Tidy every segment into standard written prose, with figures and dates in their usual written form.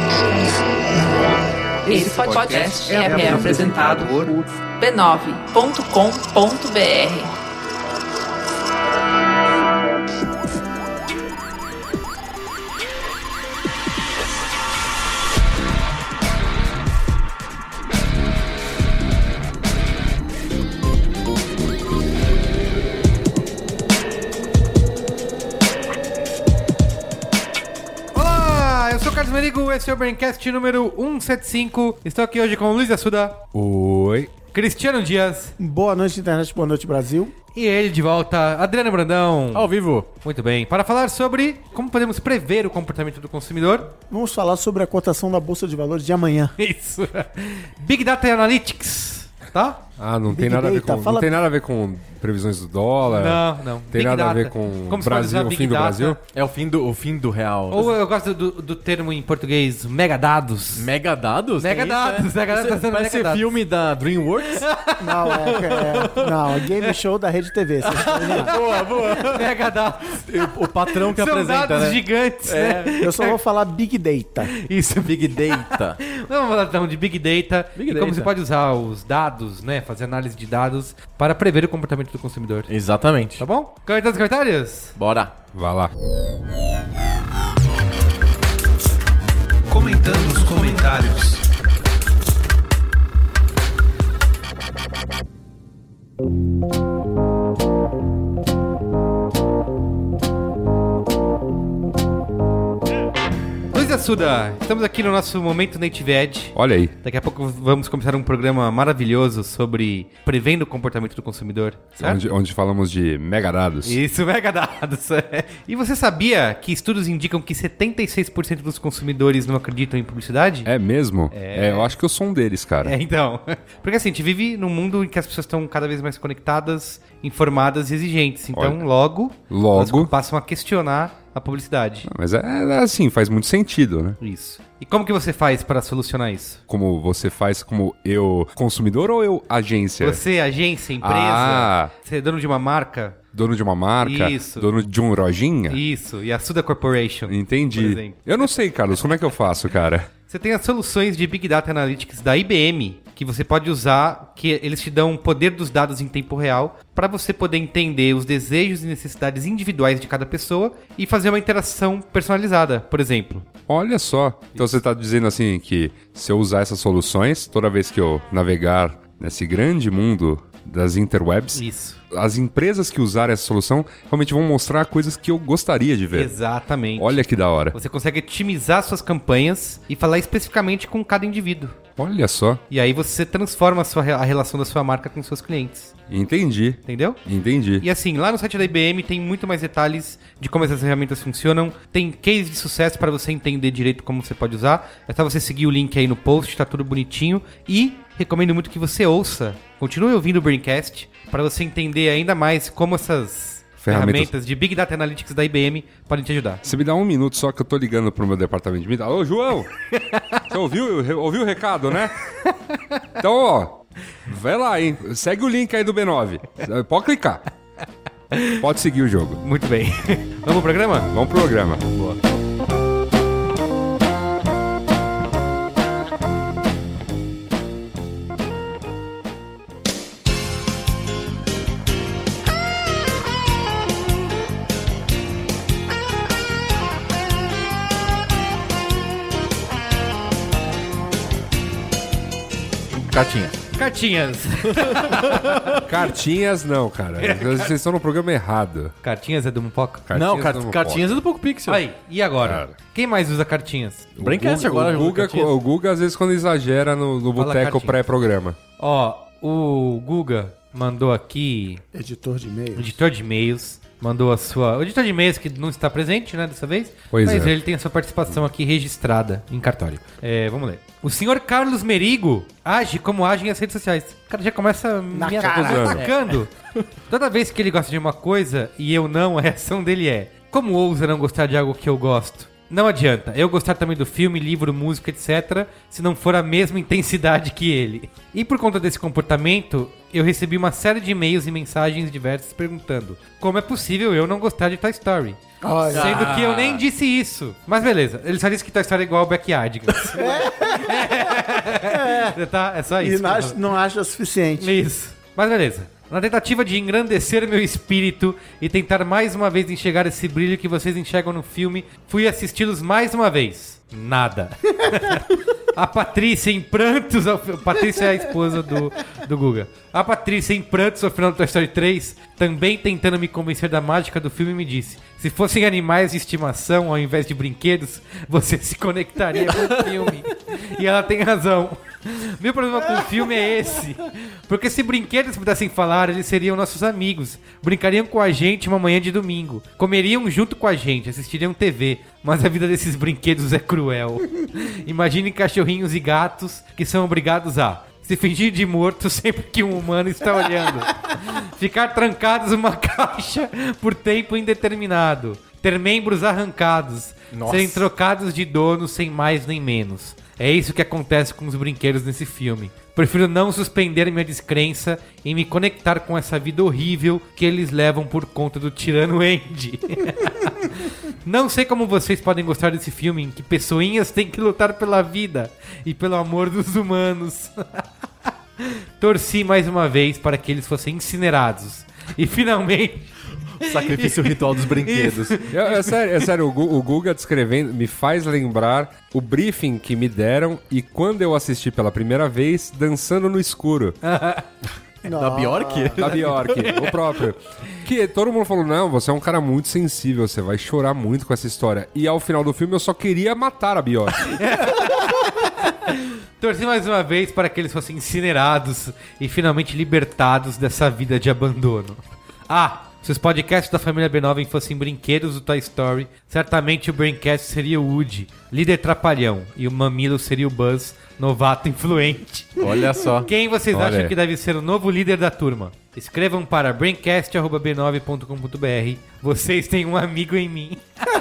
Esse podcast é apresentado por b9.com.br. Carlos Merigo, esse é o Braincast número 175. Estou aqui hoje com o Luiz Assuda. Oi. Cristiano Dias. Boa noite, internet. Boa noite, Brasil. E ele de volta, Adriano Brandão. Ao vivo. Muito bem. Para falar sobre como podemos prever o comportamento do consumidor. Vamos falar sobre a cotação da Bolsa de Valores de amanhã. Isso. Big Data Analytics. Tá? Ah, não Big tem nada a ver Data, com, fala- não tem nada a ver com previsões do dólar. Não. Tem Big nada a Data. ver com Como o se pode Brasil, usar o Big fim do Data. Brasil. É o fim do real. Ou eu gosto do termo em português, megadados. Megadados? Megadados, megadados, tá sendo Parece megadados. filme da DreamWorks. Não, é game show da Rede TV. Vocês estão enganando. Boa. Megadados. O patrão que São apresenta, dados né? gigantes, né? Eu só vou falar Big Data. Isso, Big Data. Vamos falar então de Big Data Big e como Data. você pode usar os dados, né? Fazer análise de dados para prever o comportamento do consumidor. Exatamente. Tá bom? Comentários? Bora. Vai lá. Comentando os comentários. Luiz Assuda, estamos aqui no nosso Momento Native Edge. Olha aí. Daqui a pouco vamos começar um programa maravilhoso sobre prevendo o comportamento do consumidor. Certo? Onde falamos de megadados. Isso, megadados. E você sabia que estudos indicam que 76% dos consumidores não acreditam em publicidade? É mesmo? Eu acho que eu sou um deles, cara. Então. Porque assim, a gente vive num mundo em que as pessoas estão cada vez mais conectadas, informadas e exigentes. Então, Olha. logo, Logo. elas passam a questionar a publicidade. Mas é assim, faz muito sentido, né? Isso. E como que você faz para solucionar isso? Como você faz como eu consumidor ou eu agência? Você, agência, empresa, Ah. você é dono de uma marca? Dono de uma marca? Isso. Dono de um lojinha? Isso. E a Suda Corporation. Por Entendi. exemplo. Eu não sei, Carlos, como é que eu faço, cara? Você tem as soluções de Big Data Analytics da IBM, que você pode usar, que eles te dão o poder dos dados em tempo real, para você poder entender os desejos e necessidades individuais de cada pessoa e fazer uma interação personalizada, por exemplo. Olha só. Então você está dizendo assim que se eu usar essas soluções, toda vez que eu navegar nesse grande mundo das interwebs, Isso. as empresas que usarem essa solução realmente vão mostrar coisas que eu gostaria de ver. Exatamente. Olha que da hora. Você consegue otimizar suas campanhas e falar especificamente com cada indivíduo. Olha só. E aí você transforma a relação da sua marca com seus clientes. Entendi. Entendeu? Entendi. E assim, lá no site da IBM tem muito mais detalhes de como essas ferramentas funcionam. Tem case de sucesso para você entender direito como você pode usar. É só você seguir o link aí no post, tá tudo bonitinho. E recomendo muito que você ouça, continue ouvindo o Braincast, para você entender ainda mais como essas ferramentas de Big Data Analytics da IBM podem te ajudar. Você me dá um minuto só que eu tô ligando pro meu departamento de mídia. Alô, João! Você ouviu o recado, né? Então, ó, vai lá, hein? Segue o link aí do B9. Pode clicar. Pode seguir o jogo. Muito bem. Vamos pro programa? Vamos pro programa. Boa. Cartinha. Cartinhas. Cartinhas não, cara. Vocês estão no programa errado. Cartinhas é do Mupoca? Cartinhas é do Poco Pixel. Aí, e agora? Cara. Quem mais usa cartinhas? Braincast agora. O Guga, às vezes, quando exagera no Fala boteco cartinha. pré-programa. Ó, o Guga mandou aqui, Editor de e-mail. editor de e-mails, mandou a sua... O editor de e-mails que não está presente, né, dessa vez. Pois mas é. ele tem a sua participação aqui registrada em cartório. Vamos ler. O senhor Carlos Merigo age como agem as redes sociais. O cara já começa me atacando. Toda vez que ele gosta de uma coisa e eu não, a reação dele é: como ousa não gostar de algo que eu gosto? Não adianta eu gostar também do filme, livro, música, etc., se não for a mesma intensidade que ele. E por conta desse comportamento, eu recebi uma série de e-mails e mensagens diversas perguntando como é possível eu não gostar de Toy Story. Olha. Sendo que eu nem disse isso. Mas beleza, ele só disse que Toy Story é igual ao Backyardigans. Tá? É só E isso. não acha o suficiente. Isso. Mas beleza. Na tentativa de engrandecer meu espírito e tentar mais uma vez enxergar esse brilho que vocês enxergam no filme, fui assisti-los mais uma vez. Nada. A Patrícia em prantos... Patrícia é a esposa do Guga. A Patrícia em prantos ao final do Toy Story 3, também tentando me convencer da mágica do filme, me disse: se fossem animais de estimação ao invés de brinquedos, você se conectaria com o filme. E ela tem razão. Meu problema com o filme é esse. Porque se brinquedos pudessem falar, eles seriam nossos amigos. Brincariam com a gente uma manhã de domingo. Comeriam junto com a gente, assistiriam TV. Mas a vida desses brinquedos é cruel. Imagine cachorrinhos e gatos que são obrigados a se fingir de morto sempre que um humano está olhando. Ficar trancados numa caixa por tempo indeterminado. Ter membros arrancados. Nossa. Serem trocados de dono sem mais nem menos. É isso que acontece com os brinquedos nesse filme. Prefiro não suspender minha descrença e me conectar com essa vida horrível que eles levam por conta do tirano Andy. Não sei como vocês podem gostar desse filme em que pessoinhas têm que lutar pela vida e pelo amor dos humanos. Torci mais uma vez para que eles fossem incinerados. E finalmente... Sacrifício ritual dos brinquedos. É sério, o Guga descrevendo me faz lembrar o briefing que me deram e quando eu assisti pela primeira vez, Dançando no Escuro. Da Bjork? Da Bjork, o próprio. Que todo mundo falou, não, você é um cara muito sensível, você vai chorar muito com essa história. E ao final do filme eu só queria matar a Bjork. Torci mais uma vez para que eles fossem incinerados e finalmente libertados dessa vida de abandono. Se os podcasts da família B9 fossem brinquedos do Toy Story, certamente o Braincast seria o Woody, líder trapalhão, e o Mamilo seria o Buzz, novato influente. Olha só. Quem vocês Olha acham aí. que deve ser o novo líder da turma? Escrevam para braincast@b9.com.br. Vocês têm um amigo em mim.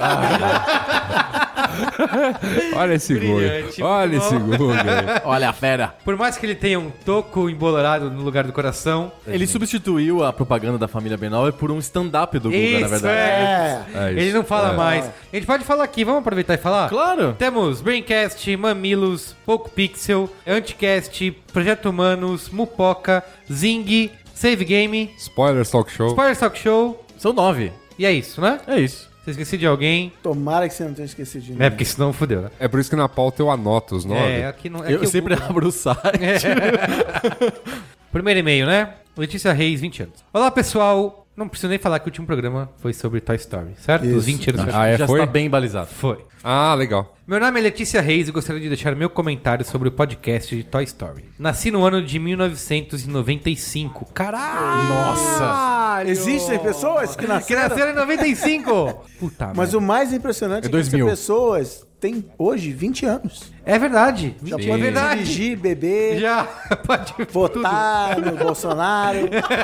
Olha esse Guga. Brilhante, Olha muito esse bom. Guga. Olha a fera. Por mais que ele tenha um toco embolorado no lugar do coração... Ele substituiu a propaganda da família B9 por um stand-up do Guga, Isso, na verdade. É. É isso. Ele não fala mais. A gente pode falar aqui, vamos aproveitar e falar? Claro. Temos Braincast, Mamilos, Poco Pixel, Anticast, Projeto Humanos, Mupoca, Zing, Save Game, Spoilers Talk Show. Spoiler Talk Show. São 9. E é isso, né? É isso. Se esqueci de alguém, Tomara que você não tenha esquecido de ninguém. é porque senão fudeu, né? É por isso que na pauta eu anoto os 9. Aqui não é. Eu que sempre abro o site. Primeiro e-mail, né? Letícia Reis, 20 anos. Olá, pessoal. Não preciso nem falar que o último programa foi sobre Toy Story, certo? Os 20 anos. Ah, Já foi? está bem balizado. Foi. Ah, legal. Meu nome é Letícia Reis e gostaria de deixar meu comentário sobre o podcast de Toy Story. Nasci no ano de 1995. Caralho! Nossa. Existem pessoas que Que nasceram... nasceram em 95! Puta Mas o mais impressionante é que essas 2000. pessoas têm hoje 20 anos. É verdade. Já É podem verdade. dirigir, beber, Já pode votar no Bolsonaro.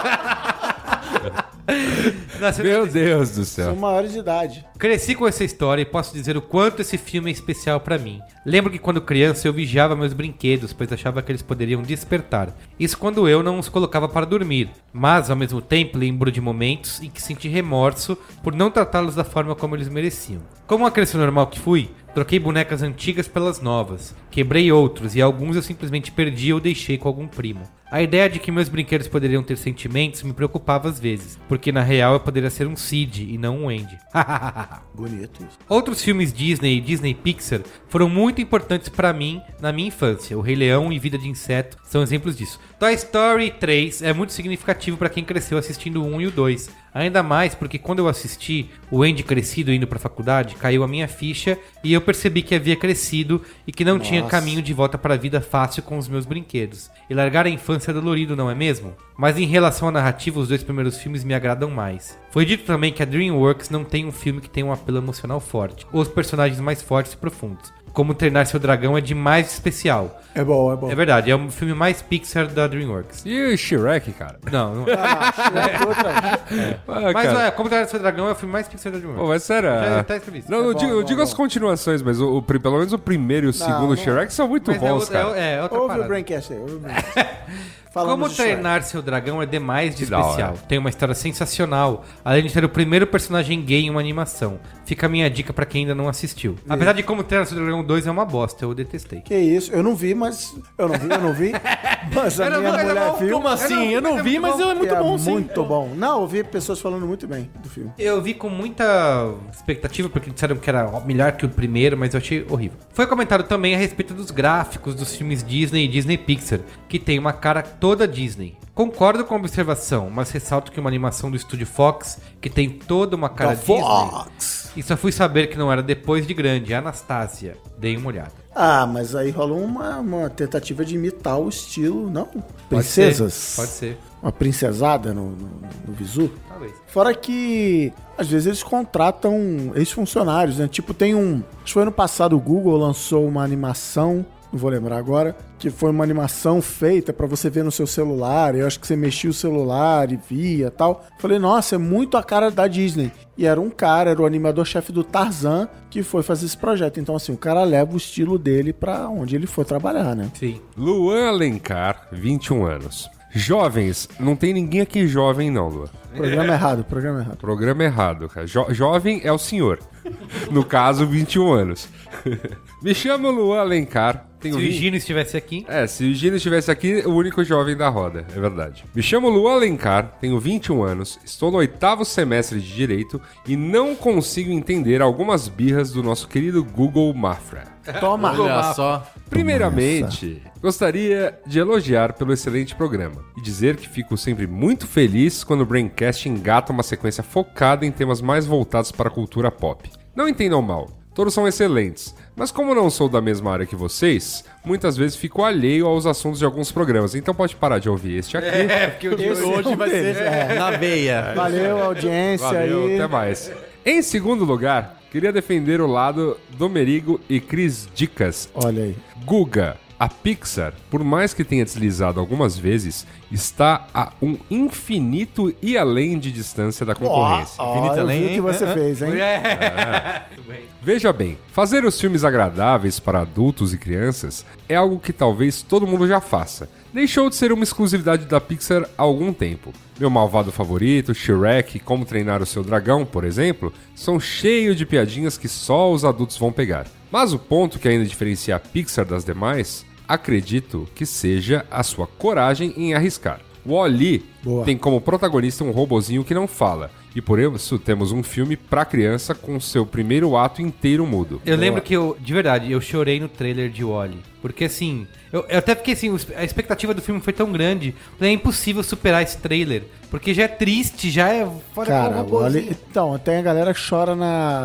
Nasceu em Meu Deus do São céu. maiores de idade. Cresci com essa história e posso dizer o quanto esse filme é especial pra mim. Lembro que quando criança eu vigiava meus brinquedos, pois achava que eles poderiam despertar. Isso quando eu não os colocava para dormir. Mas, ao mesmo tempo, lembro de momentos em que senti remorso por não tratá-los da forma como eles mereciam. Como uma criança normal que fui, troquei bonecas antigas pelas novas. Quebrei outros e alguns eu simplesmente perdi ou deixei com algum primo. A ideia de que meus brinquedos poderiam ter sentimentos me preocupava às vezes, porque na real eu poderia ser um Sid e não um Andy. Bonito isso. Outros filmes Disney e Disney Pixar foram muito importantes pra mim na minha infância. O Rei Leão e Vida de Inseto são exemplos disso. Toy Story 3 é muito significativo pra quem cresceu assistindo o 1 e o 2. Ainda mais porque quando eu assisti o Andy crescido indo pra faculdade, caiu a minha ficha e eu percebi que havia crescido e que não tinha caminho de volta para a vida fácil com os meus brinquedos. E largar a infância é dolorido, não é mesmo? Mas em relação à narrativa, os dois primeiros filmes me agradam mais. Foi dito também que a DreamWorks não tem um filme que tenha um apelo emocional forte, ou os personagens mais fortes e profundos. Como Treinar Seu Dragão é demais especial. É bom, é bom. É verdade, é o filme mais Pixar da DreamWorks. E o Shrek, cara? Não, não. Ah, Mas cara. Como Treinar Seu Dragão é o filme mais Pixar da DreamWorks. Pô, mas sério. Já tá escrito. Não, eu digo as continuações, mas pelo menos o primeiro e o segundo não. Shrek são muito Mas bons, cara. é outra Ouve o parada. Braincast aí. Ouve o Braincast. Falamos Como de Shrek. Treinar Seu Dragão é demais de Que da especial. hora. Tem uma história sensacional, além de ter o primeiro personagem gay em uma animação. Fica a minha dica pra quem ainda não assistiu. Apesar de Como Treinar Seu Dragão 2 é uma bosta, eu detestei. Que isso? Eu não vi, mas... Eu não vi. Mas a Eu não minha vi, mas é mulher bom. viu. Como assim? Eu não vi, mas é muito É bom, sim. muito bom. Não, eu vi pessoas falando muito bem do filme. Eu vi com muita expectativa, porque disseram que era melhor que o primeiro, mas eu achei horrível. Foi comentado também a respeito dos gráficos dos filmes Disney e Disney Pixar, que tem uma cara toda Disney. Concordo com a observação, mas ressalto que uma animação do estúdio Fox, que tem toda uma cara Da Disney, Fox. e só fui saber que não era depois de grande, Anastasia. Dei uma olhada. Ah, mas aí rolou uma tentativa de imitar o estilo, não? Pode Princesas. ser, Pode ser. Uma princesada no visu. Talvez. Fora que, às vezes, eles contratam ex-funcionários, né? Tipo, tem um... Acho que foi ano passado o Google lançou uma animação, não vou lembrar agora, que foi uma animação feita pra você ver no seu celular. Eu acho que você mexia o celular e via e tal. Falei, nossa, é muito a cara da Disney. E era um cara, era o animador-chefe do Tarzan, que foi fazer esse projeto. Então, assim, o cara leva o estilo dele pra onde ele foi trabalhar, né? Sim. Luan Alencar, 21 anos. Jovens, não tem ninguém aqui jovem não, Luan. Programa errado, programa errado. Programa errado, cara. Jovem é o senhor. No caso, 21 anos. Me chamo Luan Alencar. Tenho Se o 20... Gino estivesse aqui... Se o Gino estivesse aqui, o único jovem da roda, é verdade. Me chamo Luan Alencar, tenho 21 anos, estou no 8º semestre de Direito e não consigo entender algumas birras do nosso querido Google Mafra. Toma! Olha só. Primeiramente, gostaria de elogiar pelo excelente programa e dizer que fico sempre muito feliz quando o Braincast engata uma sequência focada em temas mais voltados para a cultura pop. Não entendam mal, todos são excelentes, mas como não sou da mesma área que vocês, muitas vezes fico alheio aos assuntos de alguns programas, então pode parar de ouvir este aqui. porque o Esse Hoje vai deles, ser na veia. Valeu, audiência Valeu, aí. até mais. Em segundo lugar, queria defender o lado do Merigo e Cris Dicas. Olha aí. Guga, a Pixar, por mais que tenha deslizado algumas vezes, está a um infinito e além de distância da concorrência. Ó, eu vi o hein? que você fez, hein? Veja bem, fazer os filmes agradáveis para adultos e crianças é algo que talvez todo mundo já faça. Deixou de ser uma exclusividade da Pixar há algum tempo. Meu malvado favorito, Shrek, Como Treinar o Seu Dragão, por exemplo, são cheios de piadinhas que só os adultos vão pegar. Mas o ponto que ainda diferencia a Pixar das demais, acredito que seja a sua coragem em arriscar. Wall-E tem como protagonista um robozinho que não fala, e por isso temos um filme pra criança com seu primeiro ato inteiro mudo. Eu lembro que de verdade, eu chorei no trailer de Wall-E. Porque assim, eu até fiquei assim, a expectativa do filme foi tão grande, é impossível superar esse trailer. Porque já é triste, já é fora Cara, com o robôzinho. então, tem a galera que chora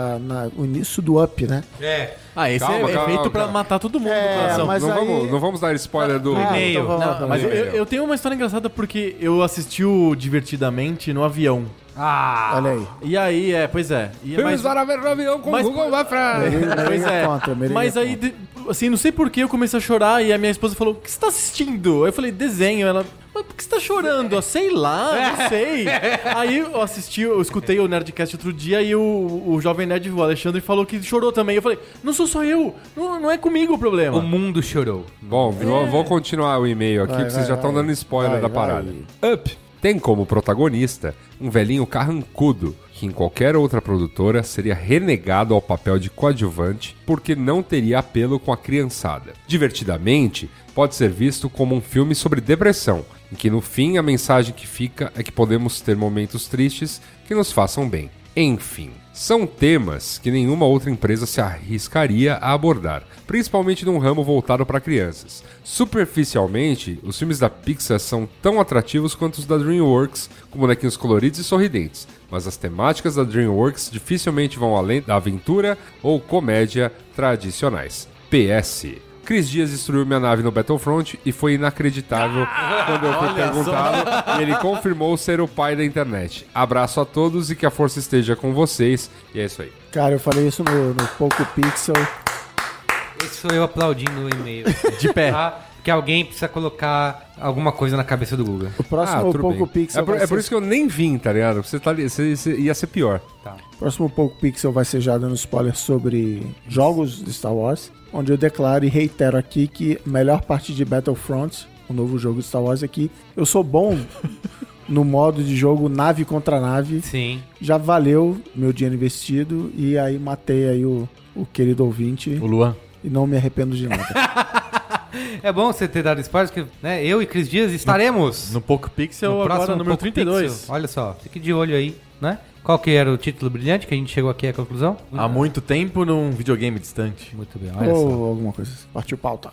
no início do Up, né? É. Ah, esse Calma, é calma, feito pra calma. matar todo mundo É, do coração. mas não, aí- não vamos dar spoiler do e-mail. então vamos lá, Mas Não, eu tenho uma história engraçada porque eu assisti o Divertidamente no avião. Ah, Olha aí. E aí, pois é. E, Filmes para ver no avião com mas- Google Mafra. Pois é. Mas aí, assim, não sei por que eu comecei a chorar e a minha esposa falou: o que você tá assistindo? Aí eu falei: desenho. Ela: mas por que você tá chorando? Eu, sei lá, não sei. Aí eu assisti, eu escutei o Nerdcast outro dia e o Jovem Nerd, o Alexandre, falou que chorou também. Eu falei: não sou só eu, não é comigo o problema. o mundo chorou. Bom, vou continuar o e-mail aqui, Vai, porque vocês vai, já estão vai. dando spoiler Vai, da vai. parada. Up tem como protagonista um velhinho carrancudo, que em qualquer outra produtora seria renegado ao papel de coadjuvante porque não teria apelo com a criançada. Divertidamente, pode ser visto como um filme sobre depressão, em que no fim a mensagem que fica é que podemos ter momentos tristes que nos façam bem. Enfim, são temas que nenhuma outra empresa se arriscaria a abordar, principalmente num ramo voltado para crianças. Superficialmente, os filmes da Pixar são tão atrativos quanto os da DreamWorks, com bonequinhos coloridos e sorridentes, mas as temáticas da DreamWorks dificilmente vão além da aventura ou comédia tradicionais. PS. Cris Dias destruiu minha nave no Battlefront e foi inacreditável quando eu fui perguntado e ele confirmou ser o pai da internet. Abraço a todos e que a força esteja com vocês. E é isso aí. Cara, eu falei isso no Poco Pixel. sou eu aplaudindo o e-mail. De pé. Tá? Que alguém precisa colocar alguma coisa na cabeça do Google. O próximo tudo Poco bem. Pixel É por isso que eu nem vim, tá ligado? Você ia ser pior. O próximo Poco Pixel vai ser já dando spoiler sobre jogos de Star Wars, onde eu declaro e reitero aqui que a melhor parte de Battlefront, o novo jogo de Star Wars, é que eu sou bom no modo de jogo nave contra nave. Sim. Já valeu meu dinheiro investido e aí matei aí o querido ouvinte O Luan. e não me arrependo de nada. É bom você ter dado spoiler, porque né, eu e Cris Dias estaremos No Poco Pixel, agora número Poco 32. Pixel. Olha só, fique de olho aí, né? Qual que era o título brilhante que a gente chegou aqui à conclusão? Há muito tempo num videogame distante. Muito bem, olha Ou só. alguma coisa. Partiu pauta.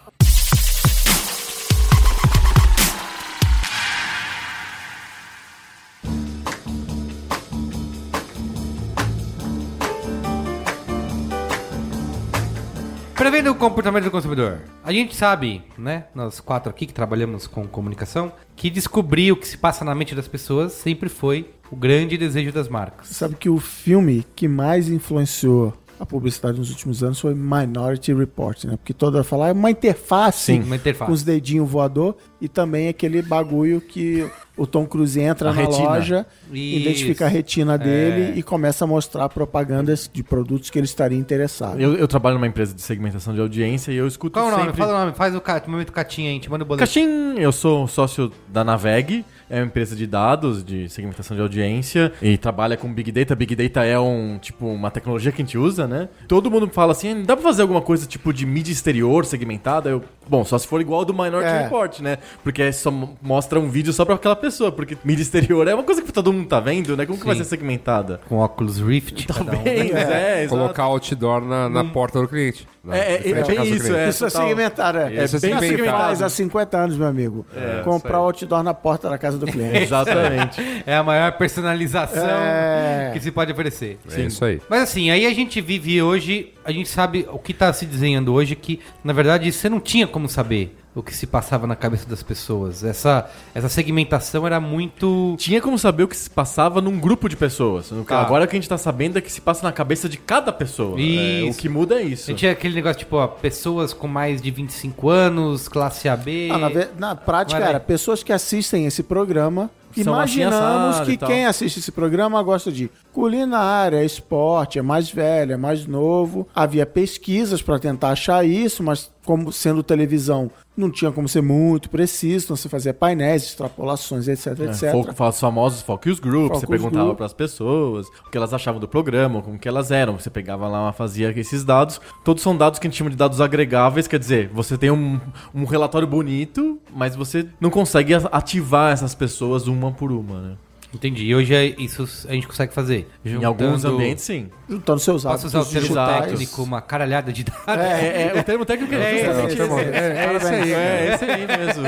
Prevendo o comportamento do consumidor. A gente sabe, né, nós 4 aqui que trabalhamos com comunicação, que descobrir o que se passa na mente das pessoas sempre foi o grande desejo das marcas. Você sabe que o filme que mais influenciou a publicidade nos últimos anos foi Minority Report, né? Porque toda hora fala, é uma interface, Sim, uma interface. com os dedinhos voador e também aquele bagulho que o Tom Cruise entra A na retina. loja, Isso. identifica a retina dele e começa a mostrar propagandas de produtos que ele estaria interessado. Eu trabalho numa empresa de segmentação de audiência e eu escuto Qual o nome? sempre... Fala o nome, faz o momento catinha aí, a gente manda o boleto. Caxim, eu sou sócio da Naveg, é uma empresa de dados, de segmentação de audiência e trabalha com Big Data. Big Data é uma tecnologia que a gente usa, né? Todo mundo fala assim, dá pra fazer alguma coisa tipo de mídia exterior segmentada? Bom, só se for igual ao do Minority Report, né? Porque só mostra um vídeo só pra aquela pessoa, porque mídia exterior é uma coisa que todo mundo tá vendo, né? Como que vai Sim. ser segmentada? Com óculos Rift. cada um. Talvez, exato. Colocar outdoor na porta do cliente. É Frente à casa bem do isso, cliente. Isso é total. segmentar, Isso é. é bem assim que segmentado. faz há 50 anos, meu amigo. Comprar outdoor na porta da casa do cliente. Exatamente. É a maior personalização É. que se pode oferecer. É isso aí. Mas assim, aí a gente vive hoje, a gente sabe o que tá se desenhando hoje, que na verdade você não tinha como saber o que se passava na cabeça das pessoas. Essa segmentação era muito... Tinha como saber o que se passava num grupo de pessoas. Tá. Agora o que a gente tá sabendo é que se passa na cabeça de cada pessoa. Isso. O que muda é isso. A gente tinha aquele negócio, tipo, ó, pessoas com mais de 25 anos, classe AB... Na prática, Vai lá. era pessoas que assistem esse programa. São assim Imaginamos assado que e tal. quem assiste esse programa gosta de culinária, esporte, é mais velho, é mais novo. Havia pesquisas para tentar achar isso, mas como sendo televisão, não tinha como ser muito preciso, então você fazia painéis, extrapolações, etc, etc. Os famosos focus groups, você Focus perguntava group. pras pessoas o que elas achavam do programa, como que elas eram. Você pegava lá, fazia esses dados. Todos são dados que a gente chama de dados agregáveis, quer dizer, você tem um relatório bonito, mas você não consegue ativar essas pessoas uma por uma, né? Entendi. E hoje isso a gente consegue fazer. Em alguns ambientes, sim. Juntando seus Posso usar o termo digitais. técnico, uma caralhada de dados. O termo técnico é justamente É isso aí. É esse aí mesmo.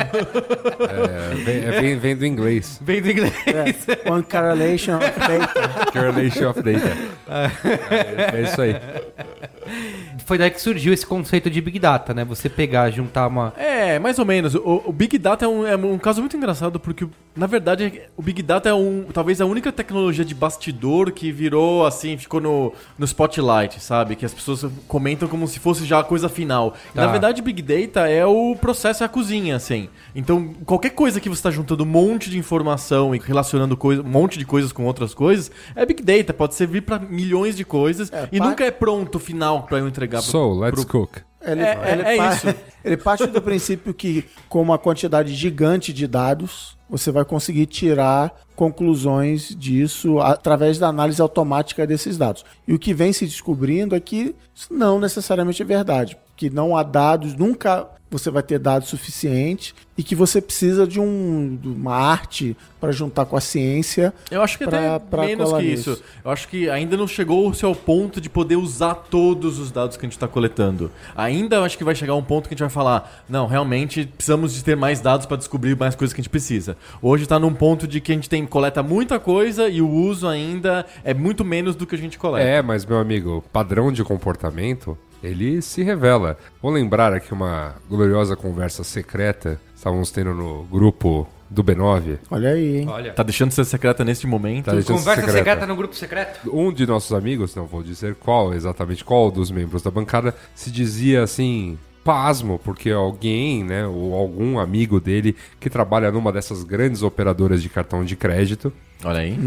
Vem do inglês. Vem do inglês. One correlation of data. Correlation of data. É isso aí. Foi daí que surgiu esse conceito de Big Data, né? Você pegar, juntar uma... É, mais ou menos. O Big Data é um caso muito engraçado, porque, na verdade, o Big Data é talvez a única tecnologia de bastidor que virou, assim, ficou no spotlight, sabe? Que as pessoas comentam como se fosse já a coisa final. Tá. Na verdade, Big Data é o processo, é a cozinha, assim. Então, qualquer coisa que você está juntando um monte de informação e relacionando um monte de coisas com outras coisas, é Big Data. Pode servir para milhões de coisas e nunca é pronto o final para eu entregar So, let's cook. Ele parte do princípio que, com uma quantidade gigante de dados, você vai conseguir tirar conclusões disso através da análise automática desses dados. E o que vem se descobrindo é que isso não necessariamente é verdade, que não há dados, nunca você vai ter dados suficientes e que você precisa de uma arte para juntar com a ciência. Eu acho que até menos que isso. Eu acho que ainda não chegou-se ao ponto de poder usar todos os dados que a gente está coletando. Ainda eu acho que vai chegar um ponto que a gente vai falar, não, realmente precisamos de ter mais dados para descobrir mais coisas que a gente precisa. Hoje está num ponto de que a gente coleta muita coisa e o uso ainda é muito menos do que a gente coleta. É, mas meu amigo, padrão de comportamento, ele se revela. Vou lembrar aqui uma gloriosa conversa secreta. Estávamos tendo no grupo do B9. Olha aí, hein? Olha. Tá deixando de ser secreta nesse momento. Tá deixando de ser Conversa secreta no grupo secreto. Um de nossos amigos, não vou dizer exatamente qual dos membros da bancada, se dizia assim, pasmo, porque alguém, né, ou algum amigo dele que trabalha numa dessas grandes operadoras de cartão de crédito, Olha aí.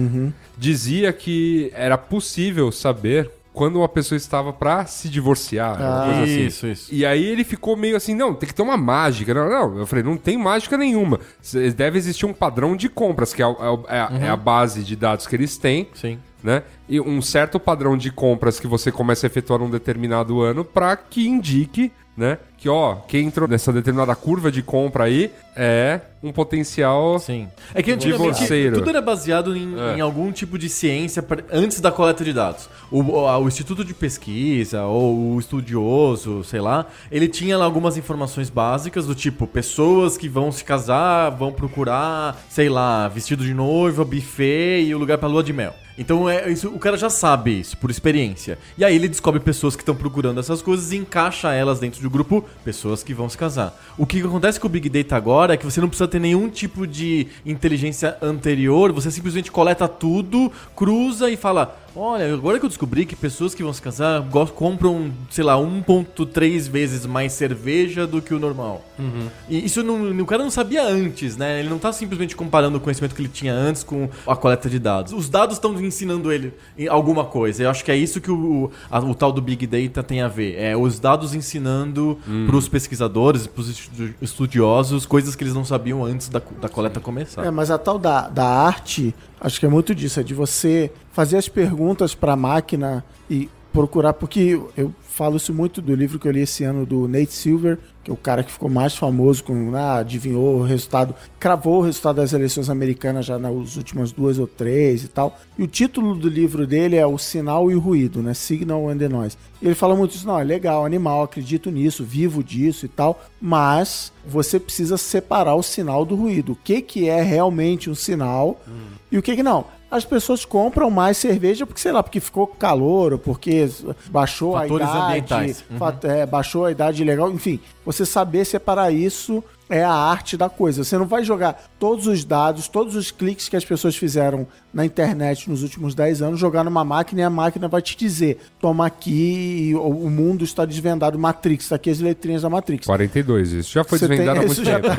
dizia que era possível saber quando uma pessoa estava pra se divorciar, uma coisa assim. Isso. E aí ele ficou meio assim, não, tem que ter uma mágica. Não, eu falei, não tem mágica nenhuma. Deve existir um padrão de compras, que é a base de dados que eles têm. Sim. Né? E um certo padrão de compras que você começa a efetuar num determinado ano para que indique, né, que quem entrou nessa determinada curva de compra aí é um potencial. Sim. É que antigamente divorceiro. tudo era baseado em algum tipo de ciência antes da coleta de dados. O Instituto de Pesquisa ou o estudioso, sei lá, ele tinha lá algumas informações básicas do tipo, pessoas que vão se casar, vão procurar, sei lá, vestido de noiva, buffet e o lugar pra lua de mel. Então o cara já sabe isso, por experiência. E aí ele descobre pessoas que estão procurando essas coisas e encaixa elas dentro do grupo, pessoas que vão se casar. O que acontece com o Big Data agora é que você não precisa ter nenhum tipo de inteligência anterior, você simplesmente coleta tudo, cruza e fala... Olha, agora que eu descobri que pessoas que vão se casar compram, sei lá, 1.3 vezes mais cerveja do que o normal. E isso o cara não sabia antes, né? Ele não tá simplesmente comparando o conhecimento que ele tinha antes com a coleta de dados. Os dados estão ensinando ele alguma coisa. Eu acho que é isso que o tal do Big Data tem a ver. É os dados ensinando pros pesquisadores, pros estudiosos, coisas que eles não sabiam antes da coleta começar. Mas a tal da arte, acho que é muito disso, é de você fazer as perguntas para a máquina e procurar, porque eu falo isso muito do livro que eu li esse ano do Nate Silver, que é o cara que ficou mais famoso, adivinhou o resultado, cravou o resultado das eleições americanas já nas últimas 2 ou 3 e tal. E o título do livro dele é O Sinal e o Ruído, né? Signal and the Noise. E ele fala muito isso, não, é legal, animal, acredito nisso, vivo disso e tal, mas você precisa separar o sinal do ruído. O que é realmente um sinal e o que não. As pessoas compram mais cerveja porque, sei lá, porque ficou calor, ou porque baixou Fatores a idade, ambientais. baixou a idade legal, enfim. Você saber separar isso é a arte da coisa. Você não vai jogar todos os dados, todos os cliques que as pessoas fizeram na internet nos últimos 10 anos, jogar numa máquina e a máquina vai te dizer, toma aqui, o mundo está desvendado, Matrix, tá aqui as letrinhas da Matrix. 42, isso já foi desvendado há muito tempo.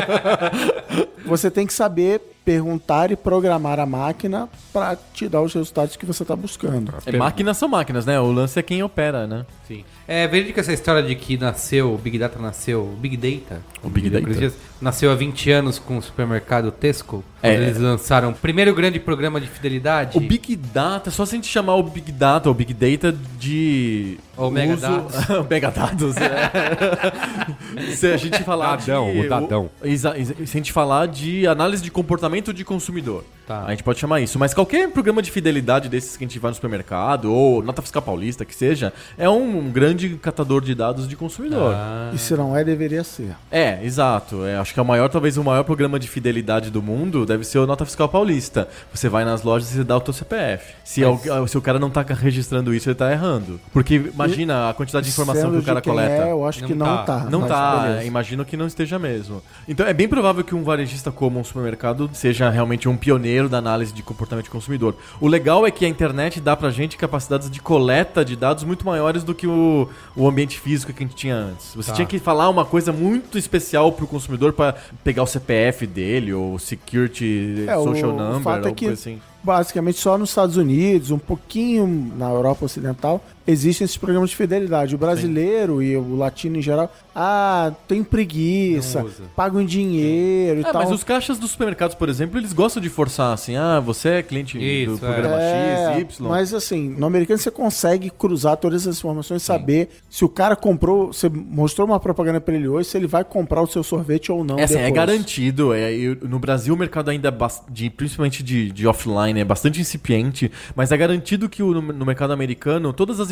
Você tem que saber perguntar e programar a máquina para te dar os resultados que você está buscando. Máquinas são máquinas, né? O lance é quem opera, né? Sim. É verídica essa história de que o Big Data nasceu, o Big Data nasceu há 20 anos com o supermercado Tesco, quando eles lançaram o primeiro grande programa de fidelidade. O Big Data, só se a gente chamar o Big Data ou Big Data de... Ou Megadados. Megadados, Se a gente falar o Dadão. Se a gente falar de análise de comportamento de consumidor, a gente pode chamar isso. Mas qualquer programa de fidelidade desses que a gente vai no supermercado, ou nota fiscal paulista, que seja, é um grande catador de dados de consumidor. E se não deveria ser. Exato. Acho que talvez o maior programa de fidelidade do mundo deve ser o Nota Fiscal Paulista. Você vai nas lojas e você dá o teu CPF. Se o cara não tá registrando isso, ele tá errando. Porque imagina a quantidade de informação que o cara coleta. Eu acho que não tá. Não tá. Imagino que não esteja mesmo. Então é bem provável que um varejista como um supermercado seja realmente um pioneiro da análise de comportamento de consumidor. O legal é que a internet dá pra gente capacidades de coleta de dados muito maiores do que o ambiente físico que a gente tinha antes. Você tinha que falar uma coisa muito especial pro consumidor para pegar o CPF dele ou security social number, fato ou coisa assim. Basicamente só nos Estados Unidos, um pouquinho na Europa Ocidental, existem esses programas de fidelidade. O brasileiro e o latino em geral, tem preguiça, pagam em dinheiro e tal. Mas os caixas dos supermercados, por exemplo, eles gostam de forçar assim, você é cliente do programa X, Y. Mas assim, no americano você consegue cruzar todas as informações e saber se o cara comprou, você mostrou uma propaganda pra ele hoje, se ele vai comprar o seu sorvete ou não. É garantido. No Brasil o mercado ainda principalmente de offline é bastante incipiente, mas é garantido que no mercado americano todas as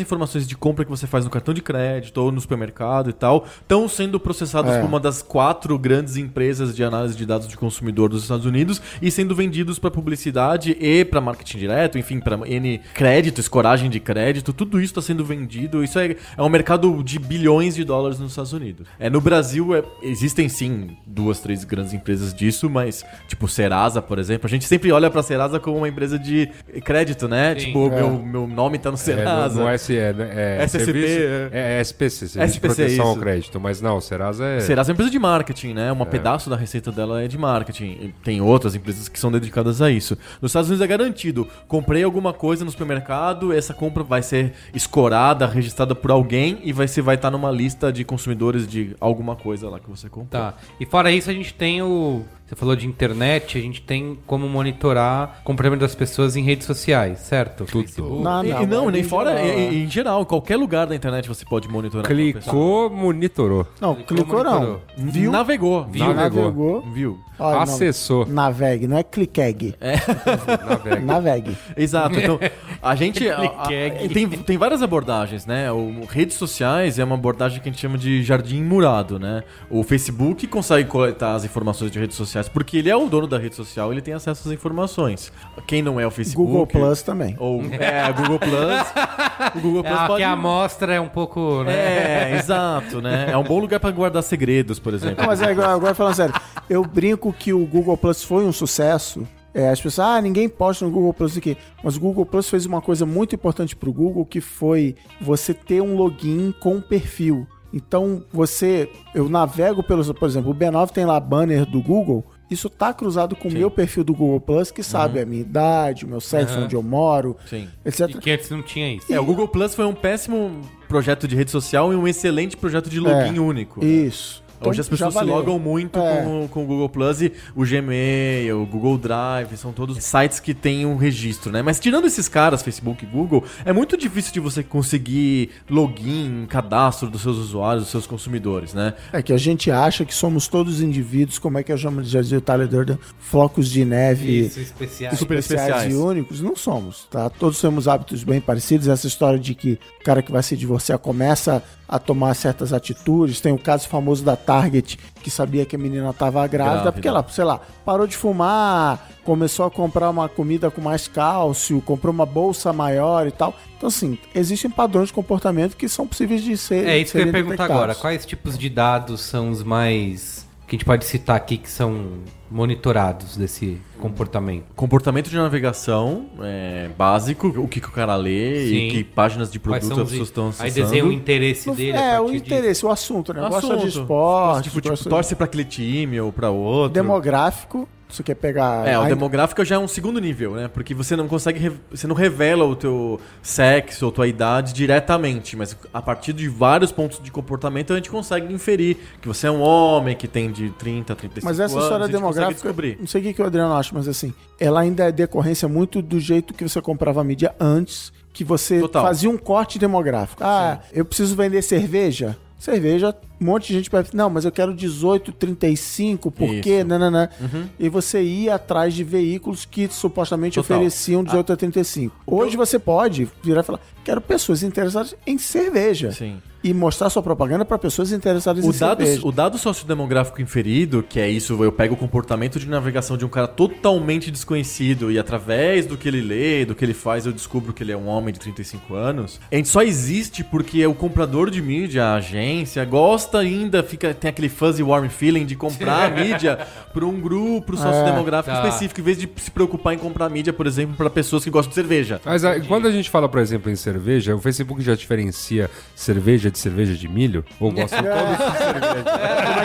informações de compra que você faz no cartão de crédito ou no supermercado e tal estão sendo processados por uma das 4 grandes empresas de análise de dados de consumidor dos Estados Unidos e sendo vendidos para publicidade e para marketing direto, enfim, para N crédito, escoragem de crédito, tudo isso está sendo vendido. Isso é um mercado de bilhões de dólares nos Estados Unidos. No Brasil, existem sim 2, 3 grandes empresas disso, mas tipo Serasa, por exemplo, a gente sempre olha pra Serasa como uma empresa de crédito, né? Sim. Tipo, meu nome tá no Serasa. No SE, né? SCP. SPC, Serviço de Proteção ao Crédito. Mas não, Serasa é... Serasa é uma empresa de marketing, né? Um pedaço da receita dela é de marketing. E tem outras empresas que são dedicadas a isso. Nos Estados Unidos é garantido. Comprei alguma coisa no supermercado, essa compra vai ser escorada, registrada por alguém e vai estar numa lista de consumidores de alguma coisa lá que você comprou. Tá. E fora isso, a gente tem Você falou de internet, a gente tem como monitorar o comportamento das pessoas em redes sociais, certo? Tudo. Não, nem fora, em geral, em qualquer lugar da internet você pode monitorar. Clicou, monitorou. Não, clicou não. Viu? Navegou. Viu? Olha, Acessou. Navegue, não é cliquegue. Navegue. Exato. Então, a gente tem várias abordagens, né? Redes sociais é uma abordagem que a gente chama de jardim murado, né? O Facebook consegue coletar as informações de redes sociais porque ele é o dono da rede social, ele tem acesso às informações. Quem não é o Facebook... Google Plus também. Ou Google Plus. O Google Plus pode... Porque a amostra é um pouco... Né? Exato, né? É um bom lugar para guardar segredos, por exemplo. Não, mas agora falando sério, eu brinco que o Google Plus foi um sucesso. As pessoas, ninguém posta no Google Plus aqui. Mas o Google Plus fez uma coisa muito importante pro Google, que foi você ter um login com um perfil. Então, eu navego por exemplo, o B9 tem lá banner do Google, isso tá cruzado com o meu perfil do Google Plus, que sabe a minha idade, o meu sexo, onde eu moro, etc. E que antes não tinha isso. O Google Plus foi um péssimo projeto de rede social e um excelente projeto de login único. Isso. Hoje as pessoas se logam muito com o Google Plus e o Gmail, o Google Drive, são todos sites que têm um registro, né? Mas tirando esses caras, Facebook e Google, é muito difícil de você conseguir login, cadastro dos seus usuários, dos seus consumidores, né? É que a gente acha que somos todos indivíduos, como é que eu chamo de dizer o Tyler Durden, flocos de neve super especiais e únicos. Não somos, tá? Todos temos hábitos bem parecidos. Essa história de que o cara que vai se divorciar começa a tomar certas atitudes. Tem o caso famoso da Target, que sabia que a menina estava grávida, porque ela, sei lá, parou de fumar, começou a comprar uma comida com mais cálcio, comprou uma bolsa maior e tal. Então, assim, existem padrões de comportamento que são possíveis de ser isso que eu ia perguntar agora. Quais tipos de dados são os mais... que a gente pode citar aqui que são monitorados desse comportamento? Comportamento de navegação básico, o que o cara lê e que páginas de produto as pessoas estão acessando. Aí desenha o interesse dele. O interesse, o assunto, né? Gosta de esporte. Torce pra aquele time ou pra outro. Demográfico. Você quer pegar... o demográfico já é um segundo nível, né? Porque você não consegue... Você não revela o teu sexo ou tua idade diretamente, mas a partir de vários pontos de comportamento a gente consegue inferir que você é um homem que tem de 30 a 35 anos. Mas essa história demográfica, não sei o que o Adriano acha, mas assim, ela ainda é decorrência muito do jeito que você comprava a mídia antes, que você fazia um corte demográfico. Eu preciso vender cerveja? Cerveja, um monte de gente vai... Não, mas eu quero 18, 35, por quê? Nananã. E você ia atrás de veículos que supostamente ofereciam 18 a 35. Hoje você pode virar e falar, quero pessoas interessadas em cerveja. Sim. E mostrar sua propaganda para pessoas interessadas em cerveja. O dado sociodemográfico inferido, que é isso, eu pego o comportamento de navegação de um cara totalmente desconhecido e através do que ele lê, do que ele faz, eu descubro que ele é um homem de 35 anos. A gente só existe porque o comprador de mídia, a agência, gosta ainda, tem aquele fuzzy warm feeling de comprar a mídia para um grupo sociodemográfico específico, em vez de se preocupar em comprar mídia, por exemplo, para pessoas que gostam de cerveja. Mas quando a gente fala, por exemplo, em cerveja, o Facebook já diferencia cerveja de cerveja de milho? Ou gostam todos de cerveja? Como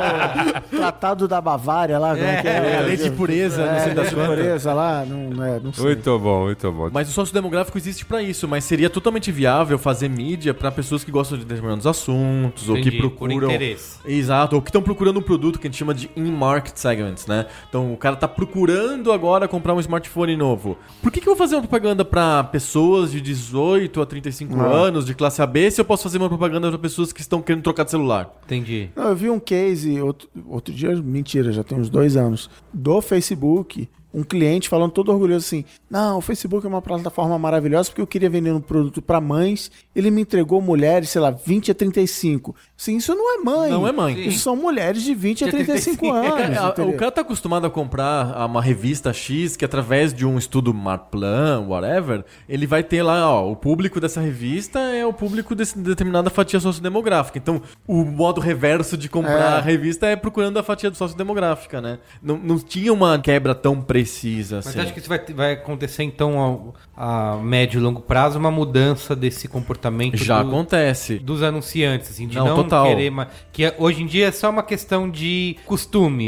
é que é o Tratado da Bavária lá? Como é que é? A lei de pureza, não sei da pureza lá, não sei. Muito bom. Mas o sociodemográfico existe pra isso, mas seria totalmente viável fazer mídia pra pessoas que gostam de determinados assuntos, ou que procuram... por interesse. Exato, ou que estão procurando um produto que a gente chama de in-market segments, né? Então o cara tá procurando agora comprar um smartphone novo. Por que eu vou fazer uma propaganda pra pessoas de 18 a 35 anos, de classe AB, se eu posso fazer uma propaganda para pessoas que estão querendo trocar de celular? Entendi. Não, eu vi um case outro dia, mentira, já tem uns 2 anos, do Facebook, um cliente falando todo orgulhoso assim, não, o Facebook é uma plataforma maravilhosa porque eu queria vender um produto para mães, ele me entregou mulheres, sei lá, 20 a 35. Sim, isso não é mãe. Não é mãe. Isso são mulheres de 20 a 35 anos. O cara tá acostumado a comprar uma revista X que através de um estudo Marplan, whatever, ele vai ter lá, ó, o público dessa revista é o público de determinada fatia sociodemográfica. Então, o modo reverso de comprar a revista é procurando a fatia sociodemográfica, né? Não tinha uma quebra tão precisa assim. Mas acho que isso vai acontecer, então, a médio e longo prazo, uma mudança desse comportamento Já acontece. dos anunciantes, assim, de Não, não total. querer... Que hoje em dia é só uma questão de costume,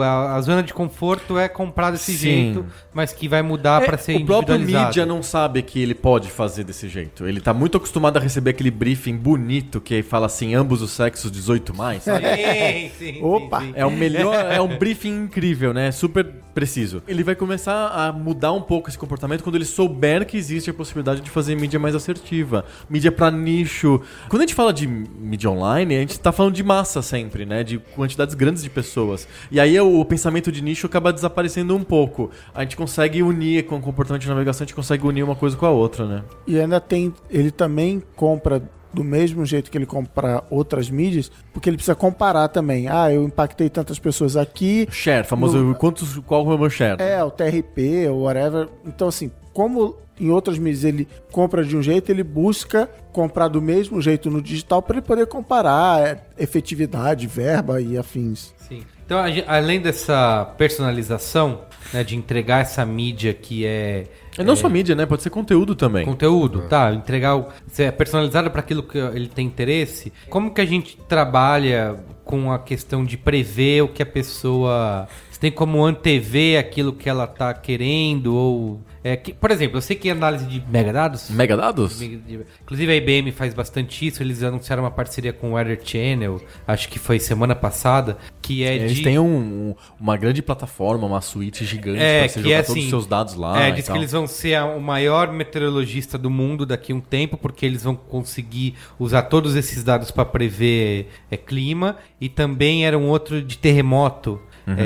a zona de conforto é comprar desse Sim. jeito, mas que vai mudar para ser O próprio individualizado. mídia não sabe que ele pode fazer desse jeito. Ele tá muito acostumado a receber aquele briefing bonito que fala assim, ambos os sexos 18+, sabe? Sim, Opa! sim. É o melhor, é um briefing incrível, né? Super preciso. Ele vai começar a mudar um pouco esse comportamento quando ele souber que existe a possibilidade de fazer mídia mais assertiva. Mídia pra nicho. Quando a gente fala de mídia online, a gente tá falando de massa sempre, né? De quantidades grandes de pessoas. E aí o pensamento de nicho acaba desaparecendo um pouco. A gente consegue unir com o comportamento de navegação, a gente consegue unir uma coisa com a outra, né? E ainda tem, ele também compra do mesmo jeito que ele compra outras mídias, porque ele precisa comparar também. Ah, eu impactei tantas pessoas aqui. Share, famoso, qual é o meu share? O TRP, ou whatever. Então, assim, como em outras mídias ele compra de um jeito, ele busca comprar do mesmo jeito no digital para ele poder comparar efetividade, verba e afins. Sim. Então, além dessa personalização, né, de entregar essa mídia que é... Não só mídia, né? Pode ser conteúdo também. Conteúdo, tá. Entregar ser personalizado para aquilo que ele tem interesse. Como que a gente trabalha com a questão de prever o que a pessoa... Você tem como antever aquilo que ela tá querendo? Ou por exemplo, eu sei que análise de megadados... Megadados? Inclusive a IBM faz bastante isso. Eles anunciaram uma parceria com o Weather Channel, acho que foi semana passada, que é Eles têm uma grande plataforma, uma suíte gigante pra você jogar todos os seus dados lá. Diz que eles vão ser o maior meteorologista do mundo daqui a um tempo, porque eles vão conseguir usar todos esses dados para prever clima. E também era um outro de terremoto,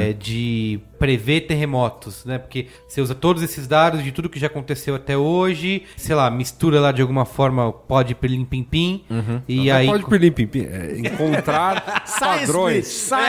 de prever terremotos, né? Porque você usa todos esses dados de tudo que já aconteceu até hoje, sei lá, mistura lá de alguma forma, pode pirlim-pim-pim, e Não aí... pode pirlim-pim-pim, encontrar padrões.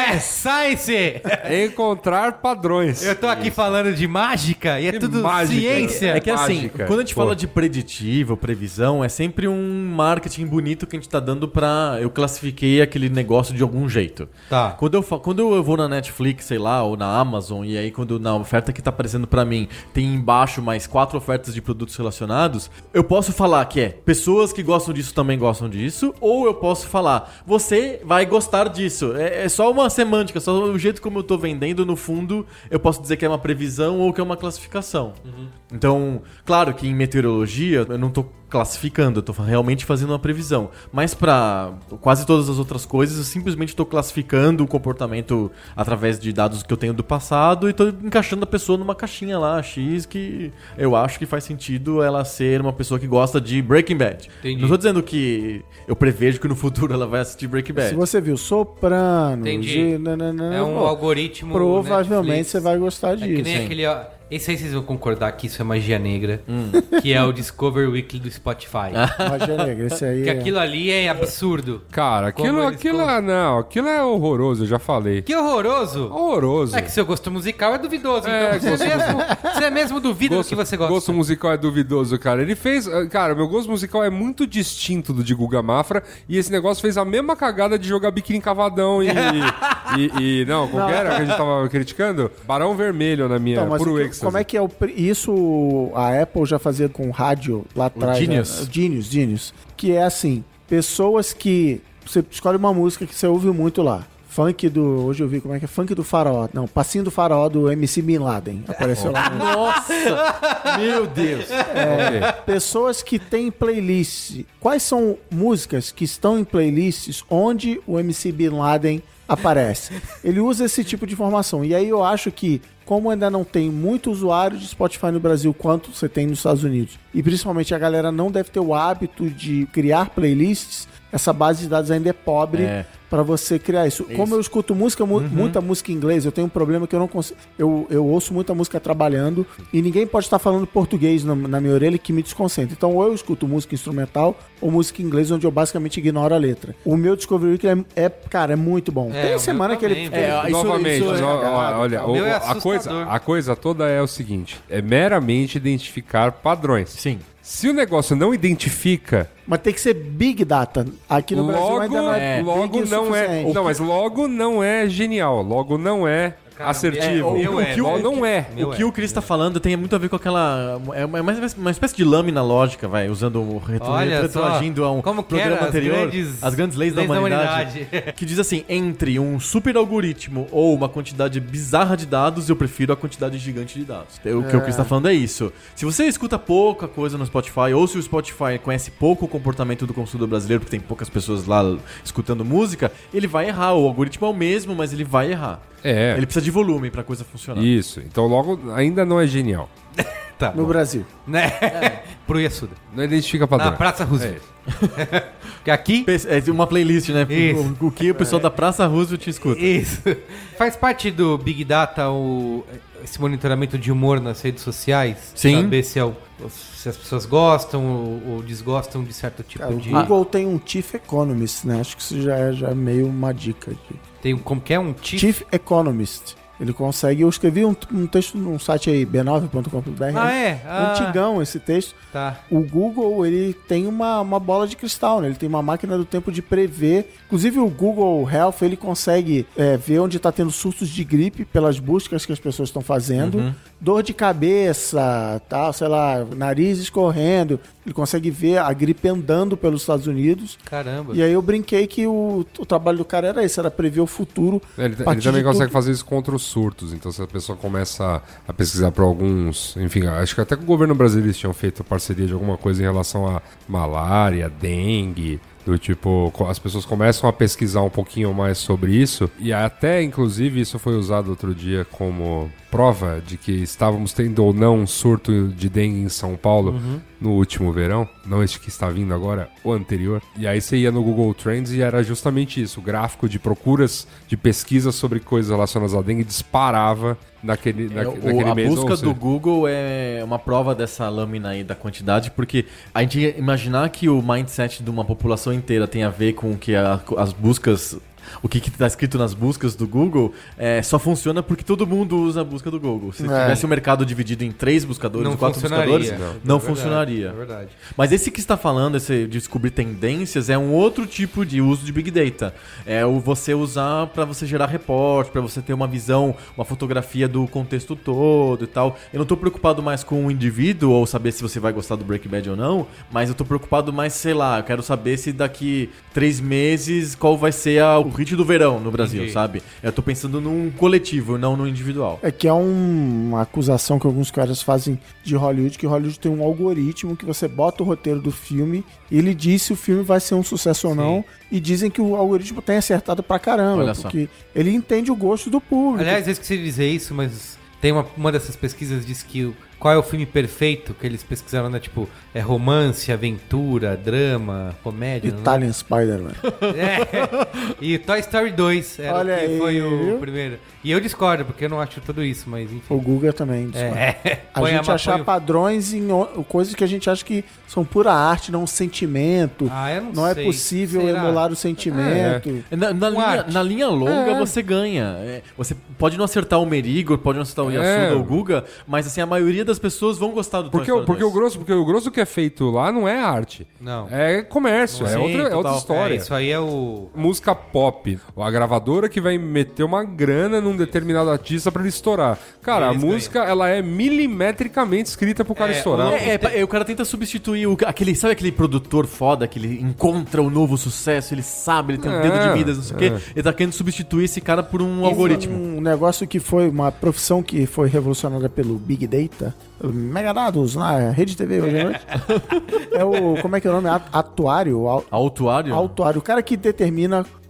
Science! Encontrar padrões. Eu tô aqui falando de mágica e é tudo mágica. ciência. É que assim, Mágica. quando a gente fala de preditivo, previsão, é sempre um marketing bonito que a gente tá dando pra... Eu classifiquei aquele negócio de algum jeito. Tá. Quando eu vou na Netflix, sei lá, ou na Amazon, e aí quando na oferta que tá aparecendo pra mim tem embaixo mais 4 ofertas de produtos relacionados, eu posso falar que pessoas que gostam disso também gostam disso, ou eu posso falar, você vai gostar disso. É só uma semântica, só o jeito como eu tô vendendo, no fundo, eu posso dizer que é uma previsão ou que é uma classificação. Então, claro que em meteorologia eu não tô classificando, eu tô realmente fazendo uma previsão. Mas para quase todas as outras coisas, eu simplesmente estou classificando o comportamento através de dados que eu tenho do passado e estou encaixando a pessoa numa caixinha lá, X, que eu acho que faz sentido ela ser uma pessoa que gosta de Breaking Bad. Entendi. Não estou dizendo que eu prevejo que no futuro ela vai assistir Breaking Bad. Se você viu Sopranos, Entendi. É um algoritmo provavelmente Netflix. você vai gostar É que disso. nem aquele... Esse aí vocês vão concordar que isso é magia negra, que é o Discover Weekly do Spotify. Magia negra, esse aí Que aquilo ali é absurdo. Cara, Como eles aquilo é horroroso, eu já falei. Que horroroso! Horroroso. É que seu gosto musical é duvidoso, então você mesmo duvida do que você gosta. Gosto musical é duvidoso, cara. Ele fez... Cara, meu gosto musical é muito distinto do de Guga Mafra e esse negócio fez a mesma cagada de jogar biquíni cavadão e não, qual que era que a gente tava criticando? Barão Vermelho na minha, Então, mas puro o que- êxtase. como é que é isso a Apple já fazia com rádio lá atrás? Genius. Genius. Que é assim, pessoas que... Você escolhe uma música que você ouve muito lá. Funk do... Hoje eu vi como é que é. Funk do Faraó. Não, Passinho do Faraó do MC Bin Laden. Apareceu lá. Nossa! Meu Deus! Pessoas que têm playlist. Quais são músicas que estão em playlists onde o MC Bin Laden aparece? Ele usa esse tipo de informação. E aí eu acho que, como ainda não tem muito usuário de Spotify no Brasil quanto você tem nos Estados Unidos, e principalmente a galera não deve ter o hábito de criar playlists, essa base de dados ainda é pobre pra você criar isso. Como eu escuto música, muita música em inglês, eu tenho um problema que eu não consigo. Eu ouço muita música trabalhando e ninguém pode estar falando português na minha orelha que me desconcentra. Então, ou eu escuto música instrumental ou música em inglês, onde eu basicamente ignoro a letra. O meu Discovery Weekly cara, é muito bom. Tem semana que ele... Novamente, olha, O meu é a coisa toda é o seguinte: é meramente identificar padrões. Sim. Se o negócio não identifica... Mas tem que ser Big Data. Aqui no Brasil ainda não é logo não é. Não, mas logo não é genial. Logo não é assertivo. O que o Chris tá falando tem muito a ver com aquela... É uma espécie de lâmina lógica, usando o retroagindo a um programa anterior. As grandes leis da humanidade. Que diz assim, entre um super algoritmo ou uma quantidade bizarra de dados, eu prefiro a quantidade gigante de dados. O que o Chris tá falando é isso. Se você escuta pouca coisa no Spotify, ou se o Spotify conhece pouco o comportamento do consumidor brasileiro, porque tem poucas pessoas lá escutando música, ele vai errar. O algoritmo é o mesmo, mas ele vai errar. Ele precisa de volume pra coisa funcionar. Isso. Então logo ainda não é genial. Tá, no Brasil. Pro Yasuda. Não identifica padrão. Na Praça Roosevelt. Porque aqui... É uma playlist, né? Isso. O que o pessoal da Praça Roosevelt escuta. Isso. Faz parte do Big Data esse monitoramento de humor nas redes sociais? Sim. Saber se as pessoas gostam ou desgostam de certo tipo de... O Google tem um Chief Economist, né? Acho que isso já é meio uma dica. Tem como que é? Um Chief Economist. Ele consegue... Eu escrevi um texto num site aí, b9.com.br. Antigão esse texto. Tá. O Google, ele tem uma bola de cristal, né? Ele tem uma máquina do tempo de prever. Inclusive o Google Health, ele consegue ver onde está tendo surtos de gripe pelas buscas que as pessoas estão fazendo. Dor de cabeça, tal, sei lá, nariz escorrendo. Ele consegue ver a gripe andando pelos Estados Unidos. Caramba. E aí eu brinquei que o trabalho do cara era esse, era prever o futuro. Ele também consegue fazer isso contra os surtos. Então, se a pessoa começa a pesquisar para alguns... Enfim, acho que até com o governo brasileiro eles tinham feito parceria de alguma coisa em relação a malária, dengue... Do tipo, as pessoas começam a pesquisar um pouquinho mais sobre isso. E até, inclusive, isso foi usado outro dia como prova de que estávamos tendo ou não um surto de dengue em São Paulo no último verão. Não este que está vindo agora, o anterior. E aí você ia no Google Trends e era justamente isso. O gráfico de procuras, de pesquisas sobre coisas relacionadas à dengue disparava naquele mês. A busca do Google é uma prova dessa lâmina aí da quantidade, porque a gente ia imaginar que o mindset de uma população inteira tem a ver com que as buscas... O que está escrito nas buscas do Google só funciona porque todo mundo usa a busca do Google. Se tivesse o mercado dividido em 3 buscadores, 4 buscadores, não funcionaria. É verdade. Mas esse que está falando, esse descobrir tendências, é um outro tipo de uso de Big Data. É o você usar para você gerar reporte, para você ter uma visão, uma fotografia do contexto todo e tal. Eu não estou preocupado mais com o indivíduo ou saber se você vai gostar do Breaking Bad ou não, mas eu estou preocupado mais, sei lá, eu quero saber se daqui 3 meses qual vai ser o hit do verão no Brasil, sabe? Eu tô pensando num coletivo, não no individual. É que é uma acusação que alguns caras fazem de Hollywood, que Hollywood tem um algoritmo que você bota o roteiro do filme e ele diz se o filme vai ser um sucesso ou não, e dizem que o algoritmo tem acertado pra caramba, porque ele entende o gosto do público. Aliás, eu esqueci de dizer isso, mas tem uma dessas pesquisas diz que qual é o filme perfeito que eles pesquisaram, né? Tipo, romance, aventura, drama, comédia. Italian Spider-Man. E Toy Story 2 era Olha que aí, foi o viu? primeiro. E eu discordo, porque eu não acho tudo isso, mas enfim. O Google também discorda. A gente achar padrões em coisas que a gente acha que são pura arte, não um sentimento. Eu não sei. é possível emular o sentimento. Na linha longa você ganha. Você pode não acertar o Merigo, pode não acertar o Yasuda ou o Guga, mas assim, a maioria das pessoas vão gostar do Toy Story 2. Porque o grosso que é feito lá não é arte. Não. É comércio, Sim, outra história. Isso aí é o... Música pop. A gravadora que vai meter uma grana num determinado artista pra ele estourar. Cara, a música, ela é milimetricamente escrita pro cara estourar. O cara tenta substituir sabe aquele produtor foda que ele encontra o novo sucesso, ele sabe, ele tem um dedo de Midas, não sei o quê. Ele tá querendo substituir esse cara por um algoritmo. Um negócio que foi uma profissão que foi revolucionada pelo Big Data, Mega Dados, na Rede TV hoje à noite. Como é que é o nome? Autuário? Autuário? Autuário. O cara que determina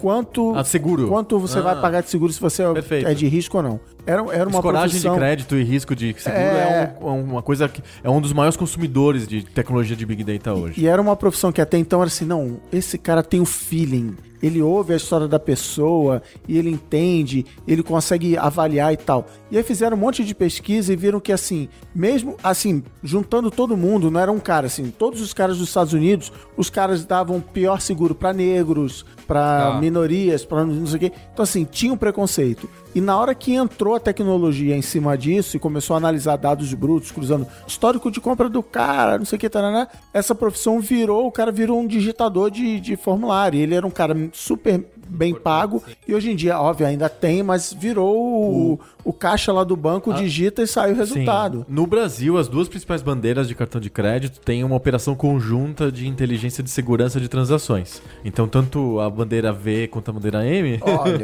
quanto seguro. Quanto você vai pagar de seguro, se você é de risco ou não. Era uma Escoragem profissão... de crédito e risco de seguro uma coisa que é um dos maiores consumidores de tecnologia de Big Data hoje. E era uma profissão que até então era assim, não, esse cara tem o feeling, ele ouve a história da pessoa e ele entende, ele consegue avaliar e tal. E aí fizeram um monte de pesquisa e viram que assim, mesmo assim, juntando todo mundo, não era um cara assim, todos os caras dos Estados Unidos, os caras davam pior seguro para negros, para minorias, para não sei o quê. Então assim, tinha um preconceito. E na hora que entrou a tecnologia em cima disso e começou a analisar dados brutos, cruzando histórico de compra do cara, não sei o que, taraná, essa profissão o cara virou um digitador de formulário. Ele era um cara super bem pago e hoje em dia, óbvio, ainda tem, mas virou o caixa lá do banco, digita e sai o resultado. Sim. No Brasil, as duas principais bandeiras de cartão de crédito têm uma operação conjunta de inteligência de segurança de transações. Então, tanto a bandeira V quanto a bandeira M,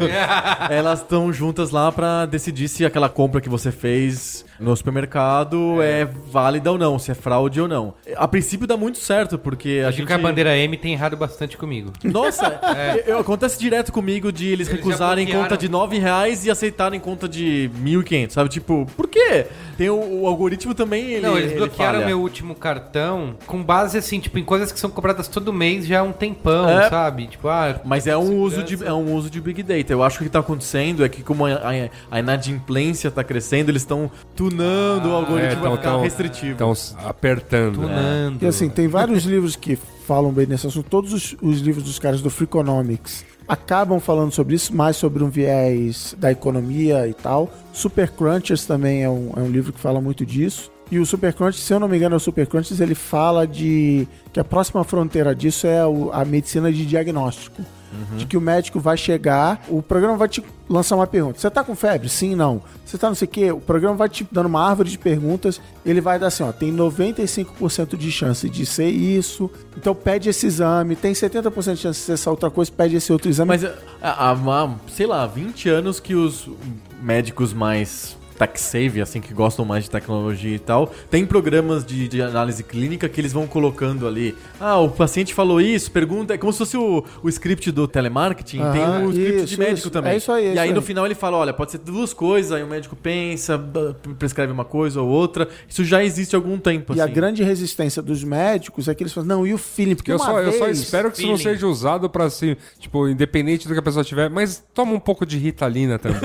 elas estão juntas lá para decidir se aquela compra que você fez no supermercado é válida ou não, se é fraude ou não. A princípio dá muito certo, porque a gente... que a bandeira M tem errado bastante comigo. Nossa, acontece direto comigo de eles recusarem conta de R$9 e aceitarem conta de 1.500, sabe? Tipo, por quê? Tem o algoritmo também, eles bloquearam meu último cartão com base, assim, tipo, em coisas que são cobradas todo mês já há um tempão, sabe? Tipo, mas é um uso de Big Data. Eu acho que o que tá acontecendo é que como a inadimplência tá crescendo, eles estão tunando o algoritmo pra ficar restritivo. Estão apertando. Tunando. E assim, tem vários livros que falam bem nesse assunto. Todos os livros dos caras do Freakonomics acabam falando sobre isso, mais sobre um viés da economia e tal. Super Crunchers também é um livro que fala muito disso. E o Super Crunchers, se eu não me engano, o Super Crunchers, ele fala de que a próxima fronteira disso é a medicina de diagnóstico. De que o médico vai chegar, o programa vai te lançar uma pergunta. Você tá com febre? Sim, não. Você tá não sei o quê? O programa vai te dando uma árvore de perguntas. Ele vai dar assim, ó, tem 95% de chance de ser isso. Então pede esse exame. Tem 70% de chance de ser essa outra coisa, pede esse outro exame. Mas há, sei lá, 20 anos que os médicos mais tech-savvy, assim, que gostam mais de tecnologia e tal, tem programas de análise clínica que eles vão colocando ali. O paciente falou isso, pergunta, é como se fosse o script do telemarketing, tem um script de médico também. É isso aí. E aí no final ele fala, olha, pode ser duas coisas, aí o médico pensa, prescreve uma coisa ou outra. Isso já existe há algum tempo, E a grande resistência dos médicos é que eles falam, não, e o feeling? Porque eu só espero que isso não seja usado pra, assim, tipo, independente do que a pessoa tiver, mas toma um pouco de Ritalina também.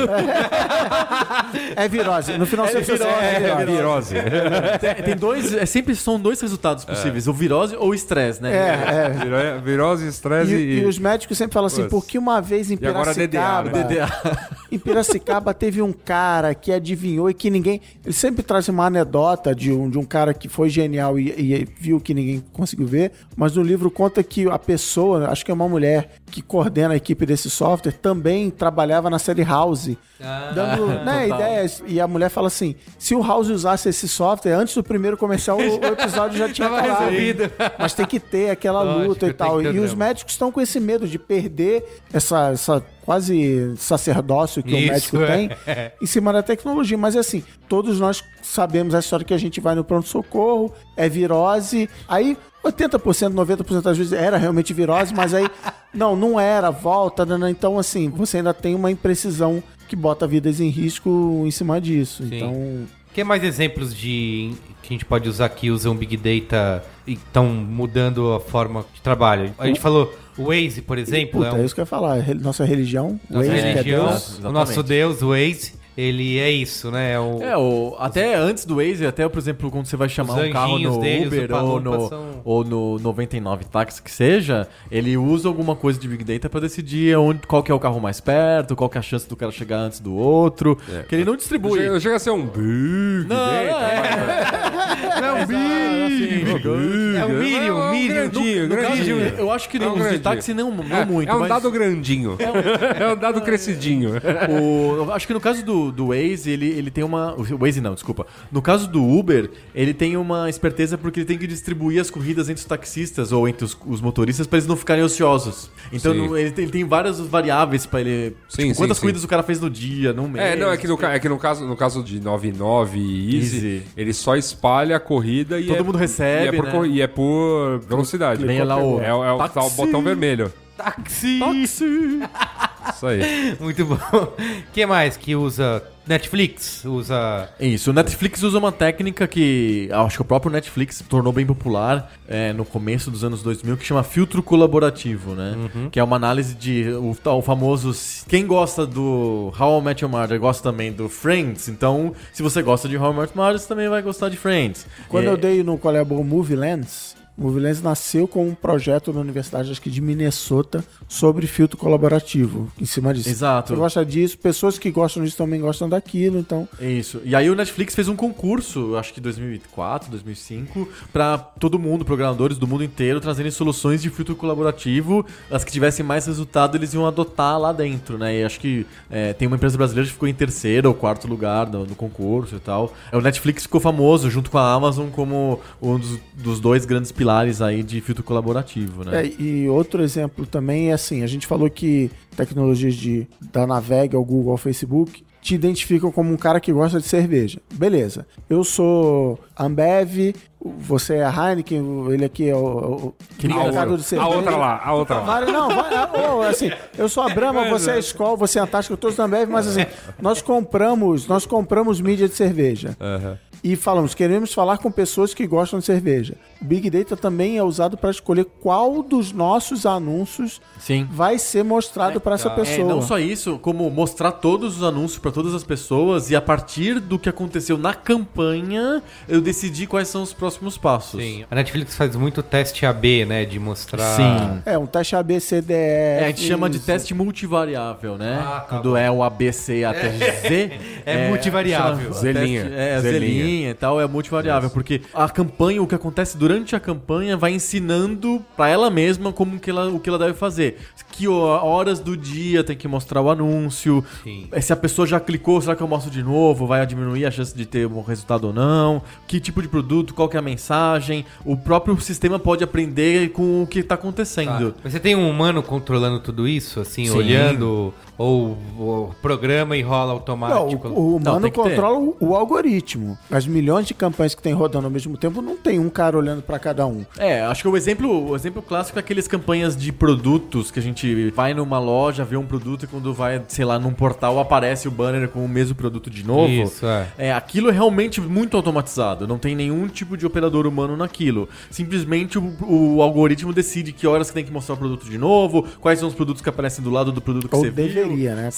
É virose. No final você virose. Tem dois, sempre são dois resultados possíveis, o virose ou o estresse, né? Virose, estresse e os médicos sempre falam assim, porque uma vez em Piracicaba, em Piracicaba teve um cara que adivinhou e que ninguém... Ele sempre traz uma anedota de um cara que foi genial e viu que ninguém conseguiu ver, mas no livro conta que a pessoa, acho que é uma mulher que coordena a equipe desse software, também trabalhava na série House, dando ideias. E a mulher fala assim, se o House usasse esse software, antes do primeiro comercial, o episódio já tinha acabado. Mas tem que ter aquela luta e tal. E os médicos estão com esse medo de perder essa quase sacerdócio que o médico tem em cima da tecnologia. Mas assim, todos nós sabemos a história que a gente vai no pronto-socorro, é virose, aí 80%, 90% das vezes era realmente virose, mas aí não era, volta, então assim, você ainda tem uma imprecisão que bota vidas em risco em cima disso. Sim. Então... Que mais exemplos que a gente pode usar que usam Big Data e estão mudando a forma de trabalho? A gente falou o Waze, por exemplo. É isso que eu ia falar. Nossa religião. Nossa Waze, religião, que é Deus. o nosso Deus, o Waze. Ele é isso, né? Até antes do Waze, até, por exemplo, quando você vai chamar um carro no Uber ou no 99 táxi que seja, ele usa alguma coisa de Big Data pra decidir qual que é o carro mais perto, qual que é a chance do cara chegar antes do outro, que ele não distribui. Chega a ser um Big Data. Não é um Big. É um Medium. Grandinho. Eu acho que nos de táxi não muito. É um dado grandinho. É um dado crescidinho. Acho que no caso do Waze, ele tem uma... O Waze não, desculpa. No caso do Uber, ele tem uma esperteza porque ele tem que distribuir as corridas entre os taxistas ou entre os motoristas para eles não ficarem ociosos. Então ele tem várias variáveis para ele... quantas corridas o cara fez no dia, no mês. É que no caso de 99 e Easy, ele só espalha a corrida e todo mundo recebe, e é por velocidade. Vem lá o botão vermelho. Táxi! Isso aí. Muito bom. Quem mais que usa Netflix? Usa... Isso, o Netflix usa uma técnica que acho que o próprio Netflix tornou bem popular no começo dos anos 2000, que chama filtro colaborativo, né? Que é uma análise de o famoso... Quem gosta do How I Met Your Mother gosta também do Friends, então se você gosta de How I Met Your Mother, você também vai gostar de Friends. Quando eu dei no Qual é a Boa Movie Lens nasceu com um projeto na Universidade, acho que de Minnesota, sobre filtro colaborativo, em cima disso. Exato. Você gosta disso, pessoas que gostam disso também gostam daquilo, então... Isso. E aí o Netflix fez um concurso, acho que 2004, 2005, pra todo mundo, programadores do mundo inteiro, trazerem soluções de filtro colaborativo. As que tivessem mais resultado, eles iam adotar lá dentro, né? E acho que tem uma empresa brasileira que ficou em terceiro ou quarto lugar no concurso e tal. O Netflix ficou famoso, junto com a Amazon, como um dos dois grandes pilares aí de filtro colaborativo, né? E outro exemplo também é assim, a gente falou que tecnologias da Navega, o Google, o Facebook, te identificam como um cara que gosta de cerveja. Beleza. Eu sou Ambev, você é a Heineken, ele aqui é o mercado de cerveja. A outra lá. Assim, eu sou a Brahma, você é a Skol, você é a Antártica, todos da Ambev, mas assim, nós compramos mídia de cerveja. E queremos falar com pessoas que gostam de cerveja. O Big Data também é usado para escolher qual dos nossos anúncios vai ser mostrado para essa pessoa. Não só isso, como mostrar todos os anúncios para todas as pessoas e a partir do que aconteceu na campanha, eu decidi quais são os próximos passos. Sim. A Netflix faz muito teste AB, né? De mostrar... Sim. Um teste AB, CDF... a gente chama de teste multivariável, né? Quando é o ABC até Z... É multivariável. Zelinha. Zelinha e tal, é multivariável. Porque a campanha, o que acontece durante a campanha, vai ensinando pra ela mesma o que ela deve fazer. Que horas do dia tem que mostrar o anúncio. Sim. Se a pessoa já clicou, será que eu mostro de novo? Vai diminuir a chance de ter um resultado ou não? Que tipo de produto? Qual que é a mensagem? O próprio sistema pode aprender com o que está acontecendo. Mas você tem um humano controlando tudo isso? Assim, olhando... Ou o programa e rola automático? Não, o humano controla o algoritmo. As milhões de campanhas que tem rodando ao mesmo tempo, não tem um cara olhando para cada um. Acho que o exemplo clássico é aquelas campanhas de produtos que a gente vai numa loja, vê um produto e quando vai, sei lá, num portal aparece o banner com o mesmo produto de novo. Isso, aquilo é realmente muito automatizado. Não tem nenhum tipo de operador humano naquilo. Simplesmente o algoritmo decide que horas que tem que mostrar o produto de novo, quais são os produtos que aparecem do lado do produto que você viu. Deveria, né?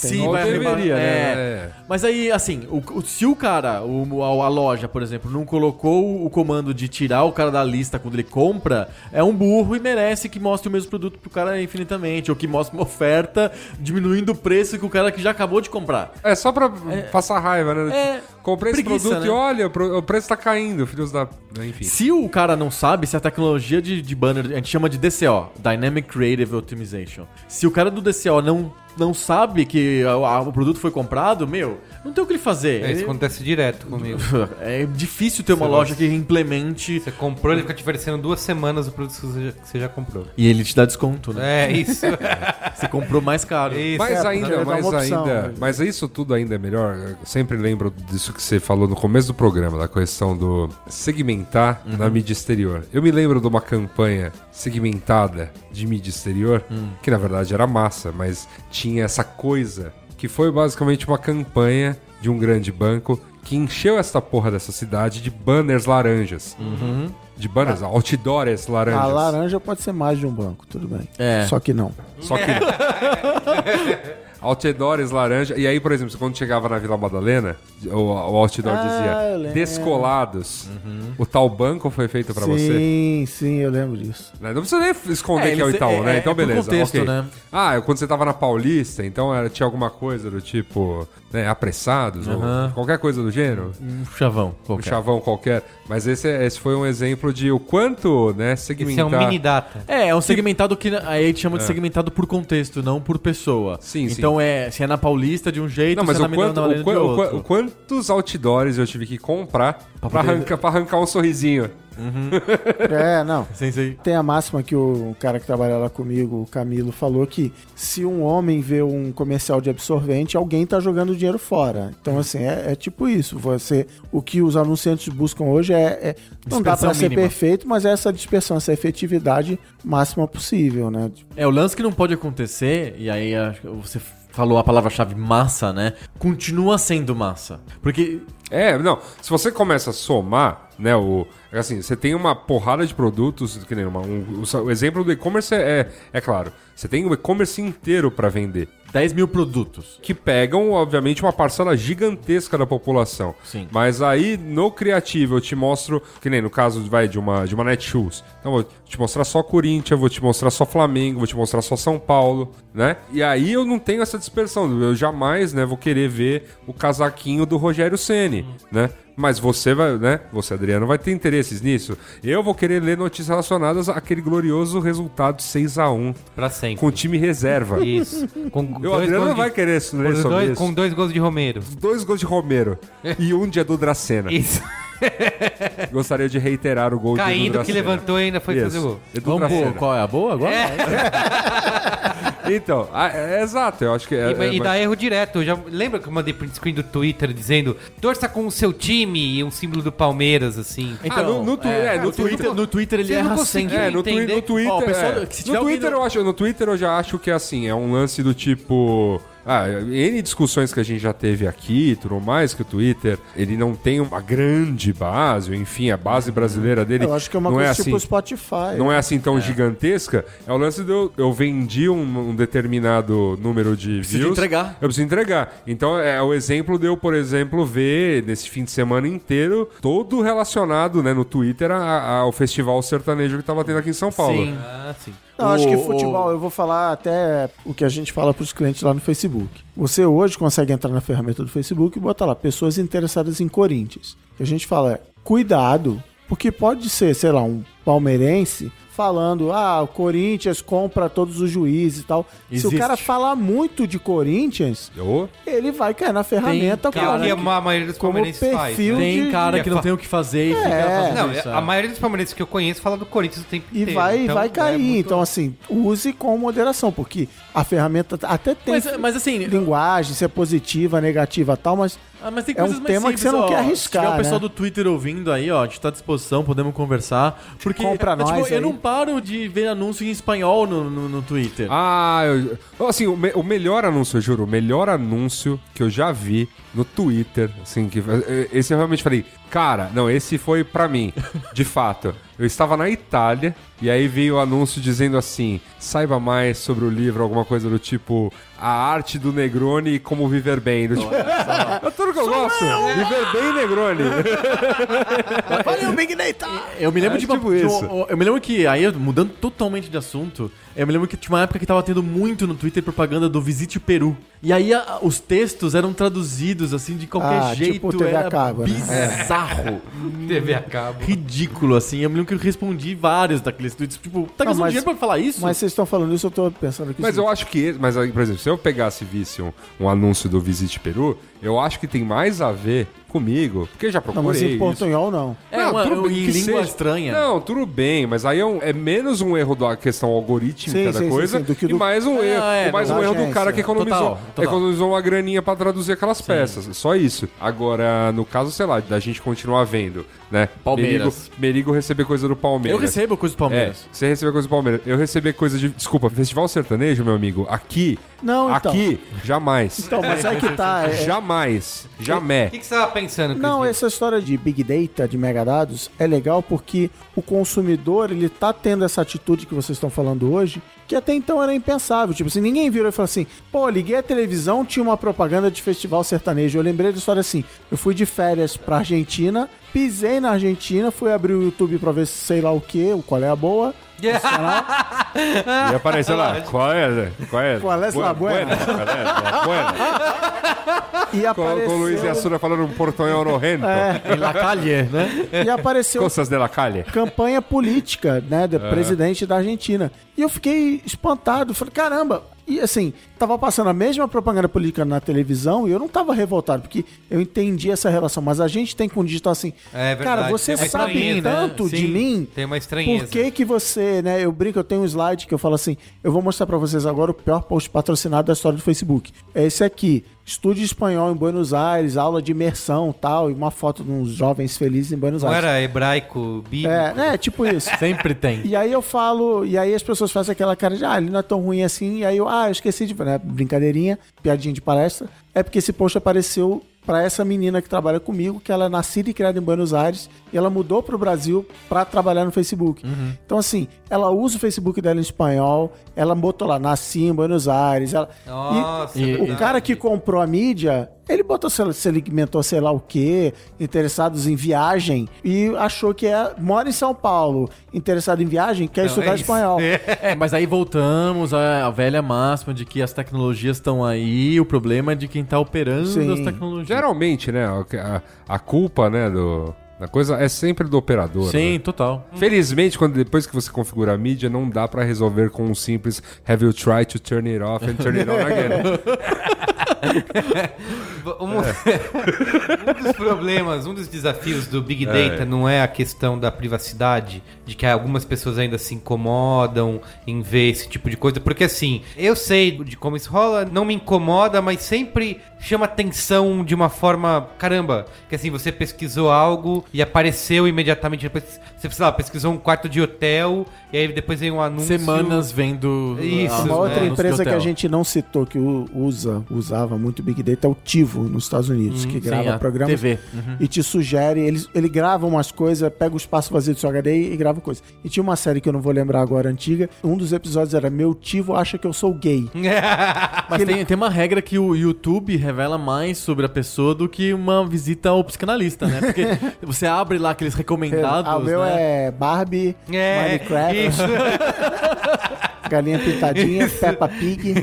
Né? Mas aí, assim, se o cara, a loja, por exemplo, não colocou o comando de tirar o cara da lista quando ele compra, é um burro e merece que mostre o mesmo produto pro cara infinitamente, ou que mostre uma oferta diminuindo o preço que o cara que já acabou de comprar. É só pra passar raiva, né? Comprei preguiça, esse produto, né? E olha, o preço tá caindo, filhos da... Enfim. Se o cara não sabe, se a tecnologia de banner, a gente chama de DCO, Dynamic Creative Optimization. Se o cara do DCO não sabe que o produto foi comprado, não tem o que ele fazer. Isso acontece direto comigo. É difícil ter uma loja que implemente... Você comprou, ele fica te oferecendo 2 semanas o produto que você já comprou. E ele te dá desconto, né? É, isso. Você comprou mais caro. Isso. Mas isso tudo ainda é melhor. Eu sempre lembro disso que você falou no começo do programa, da questão do segmentar na mídia exterior. Eu me lembro de uma campanha segmentada de mídia exterior, que na verdade era massa, mas tinha essa coisa que foi basicamente uma campanha de um grande banco que encheu essa porra dessa cidade de banners laranjas. De banners, outdoors laranjas. A laranja pode ser mais de um banco, tudo bem. Só que não. Outdoors laranja. E aí, por exemplo, quando chegava na Vila Madalena, o outdoor dizia Descolados. O tal banco foi feito pra você? Sim, eu lembro disso. Não precisa nem esconder que é o Itaú, né? Então, beleza. Contexto, né? Quando você tava na Paulista, então tinha alguma coisa do tipo, né, apressados, ou qualquer coisa do gênero. Um chavão qualquer. Um chavão qualquer. Mas esse foi um exemplo de o quanto, né, segmentar... Esse é um mini data. É um segmentado que aí a gente chama de segmentado por contexto, não por pessoa. Sim, então se é na Paulista de um jeito, não, mas se é na Madalena de outro. Quantos outdoors eu tive que comprar pra arrancar um sorrisinho? Não. Sensei. Tem a máxima que o cara que trabalha lá comigo, o Camilo, falou que se um homem vê um comercial de absorvente, alguém tá jogando dinheiro fora. Então, assim, é tipo isso. O que os anunciantes buscam hoje não dá pra ser perfeito, mas é essa dispersão, essa efetividade máxima possível, né? O lance que não pode acontecer, e aí você falou a palavra-chave massa, né? Continua sendo massa. Porque... se você começa a somar, né, assim, você tem uma porrada de produtos, que nem o exemplo do e-commerce é claro, você tem o e-commerce inteiro para vender. 10 mil produtos. Que pegam, obviamente, uma parcela gigantesca da população. Sim. Mas aí, no criativo, eu te mostro, que nem no caso de uma Netshoes. Então, vou te mostrar só Corinthians, vou te mostrar só Flamengo, vou te mostrar só São Paulo, né? E aí eu não tenho essa dispersão. Eu jamais, né, vou querer ver o casaquinho do Rogério Ceni, né? Mas você vai, né? Você, Adriano, vai ter interesses nisso. Eu vou querer ler notícias relacionadas àquele glorioso resultado 6-1. Pra sempre. Com o time reserva. Isso. O Adriano não vai querer ler sobre isso. Com 2 gols de Romero. 2 gols de Romero. E um de Edu Dracena. Isso. Gostaria de reiterar o gol de Edu Caindo Dracena. Que levantou e ainda foi fazer o gol. Edu Vamos Dracena. pôr qual é a boa agora? Então, exato, eu acho que... E dá erro direto. Lembra que eu mandei print screen do Twitter dizendo torça com o seu time e um símbolo do Palmeiras, assim. Então, no Twitter ele Vocês não erra conseguiram sempre. No entender. Twitter, Ó, pessoal, se tiver alguém no Twitter eu já acho que assim, é um lance do tipo... N discussões que a gente já teve aqui e tudo mais, que o Twitter, ele não tem uma grande base, enfim, a base brasileira dele... Eu acho que é uma não coisa assim, tipo Spotify. Não é assim tão gigantesca. É o lance de eu vendi um determinado número de views. Precisa entregar. Eu preciso entregar. Então é o exemplo de eu, por exemplo, ver nesse fim de semana inteiro todo relacionado, né, no Twitter ao festival sertanejo que tava tendo aqui em São Paulo. Sim. Sim. Não, acho que futebol, eu vou falar até o que a gente fala para os clientes lá no Facebook. Você hoje consegue entrar na ferramenta do Facebook e botar lá, pessoas interessadas em Corinthians. O que a gente fala cuidado, porque pode ser, sei lá, um palmeirense falando, o Corinthians compra todos os juízes e tal. Existe. Se o cara falar muito de Corinthians, ele vai cair na ferramenta Que é o que a maioria dos palmeirenses faz. perfil Né? Tem cara que não tem o que fazer e fica fazendo isso. A maioria dos palmeirenses que eu conheço fala do Corinthians o tempo E inteiro. vai cair. muito- Então, assim, use com moderação, porque a ferramenta até tem Mas assim, linguagem, se é positiva, negativa e tal, mas mas tem é um coisas mais tema que simples, você não ó. quer arriscar, Se tiver o pessoal né? do Twitter ouvindo aí, ó, a gente tá à disposição, podemos conversar. Porque Compra nós eu aí. não paro de ver anúncio em espanhol no Twitter. Assim, o melhor anúncio, eu juro, o melhor anúncio que eu já vi no Twitter, assim, esse eu realmente falei, cara, não, esse foi pra mim, de fato. Eu estava na Itália e aí veio o anúncio dizendo assim, saiba mais sobre o livro, alguma coisa do tipo, A Arte do Negroni e Como Viver Bem. Do tipo, é tudo que eu gosto, viver bem, Negroni. Valeu, Big Data! Eu me lembro isso. Eu me lembro que, aí mudando totalmente de assunto, eu me lembro que tinha uma época que tava tendo muito no Twitter propaganda do Visite o Peru. E aí os textos eram traduzidos assim de qualquer jeito. tipo TV era a cabo, né? bizarro. TV a cabo. Ridículo, assim. Eu me lembro que eu respondi vários daqueles tweets. Tipo, tá Não, gastando mas- dinheiro pra falar isso? Mas vocês estão falando isso, eu tô pensando aqui. Mas eu acho que, mas aí, por exemplo, se eu pegasse e visse um anúncio do Visite Peru, eu acho que tem mais a ver comigo, porque eu já Não, procurei mas em isso. portunhol não. Em que língua seja. estranha. Não, tudo bem, mas aí é menos um erro da questão algorítmica Sim, da sim, coisa sim, do que e do- mais um erro da do cara que agência. economizou uma graninha pra traduzir aquelas peças. Só isso. Agora, no caso, sei lá, da gente continuar vendo, né? Palmeiras. Merigo receber coisa do Palmeiras. Eu recebo coisa do Palmeiras. Você receber coisa do Palmeiras. Eu receber coisa de... Desculpa, Festival Sertanejo, meu amigo, aqui... Não, então. Aqui, jamais. Então, mas é que tá. Jamais. Jamais. O que você tava pensando, Não, Cris? essa história de Big Data, de megadados, é legal porque o consumidor, ele tá tendo essa atitude que vocês estão falando hoje, que até então era impensável. Tipo assim, ninguém virou e falou assim, pô, liguei a televisão, tinha uma propaganda de festival sertanejo. Eu lembrei da história assim, eu fui de férias pra Argentina, pisei na Argentina, fui abrir o YouTube pra ver sei lá o que, qual é a boa. E apareceu lá, qual é? Qual é essa buena? E Com o apareceu, Luiz e Assura falando um portonhão norrento. Em La Calle, né? e apareceu Costas de la Calle. campanha política, né, do presidente da Argentina. E eu fiquei espantado, falei, caramba, E assim, tava passando a mesma propaganda política na televisão e eu não tava revoltado, porque eu entendi essa relação. Mas a gente tem com o digital assim, É verdade. cara, você Tem uma sabe estranheza, tanto né? de Sim, mim, tem uma estranheza. por que você, né, eu brinco, eu tenho um slide que eu falo assim, eu vou mostrar pra vocês agora o pior post patrocinado da história do Facebook. É esse aqui. Estúdio espanhol em Buenos Aires, aula de imersão e tal, e uma foto de uns jovens felizes em Buenos Não Aires. era hebraico, bíblico? Tipo isso. Sempre tem. E aí eu falo, e aí as pessoas fazem aquela cara de, ele não é tão ruim assim, e aí eu esqueci de, né, brincadeirinha, piadinha de palestra, é porque esse post apareceu pra essa menina que trabalha comigo, que ela é nascida e criada em Buenos Aires, e ela mudou pro Brasil pra trabalhar no Facebook. Então assim, ela usa o Facebook dela em espanhol, ela botou lá, nasci em Buenos Aires, Nossa, e o cara que comprou a mídia, ele botou segmentou sei lá o quê, interessados em viagem, e achou que mora em São Paulo, interessado em viagem, quer estudar espanhol. Mas aí voltamos à velha máxima de que as tecnologias estão aí, o problema é de quem tá operando Sim. as tecnologias. Geralmente, né, a culpa, né, da coisa é sempre do operador. Sim, né? total. Felizmente, depois que você configura a mídia, não dá pra resolver com um simples have you tried to turn it off and turn it on again. Um dos problemas, um dos desafios do Big Data não é a questão da privacidade, de que algumas pessoas ainda se incomodam em ver esse tipo de coisa, porque assim, eu sei de como isso rola, não me incomoda, mas sempre chama atenção de uma forma, caramba, que assim, você pesquisou algo e apareceu imediatamente, depois você, sei lá, pesquisou um quarto de hotel, e aí depois vem um anúncio. Semanas vendo... Isso, Uma outra anúncio de empresa que hotel. a gente não citou, que usava muito Big Data, é o Tivo, nos Estados Unidos, que grava a programas TV. e te sugere, ele grava umas coisas, pega o espaço vazio do seu HD e grava coisa. E tinha uma série que eu não vou lembrar agora, antiga, um dos episódios era Meu Tivo acha que eu sou gay. Mas tem uma regra que o YouTube revela mais sobre a pessoa do que uma visita ao psicanalista, né? Porque você abre lá aqueles recomendados, O meu né? é Barbie, É, Minecraft, isso. Galinha Pintadinha, Peppa Pig.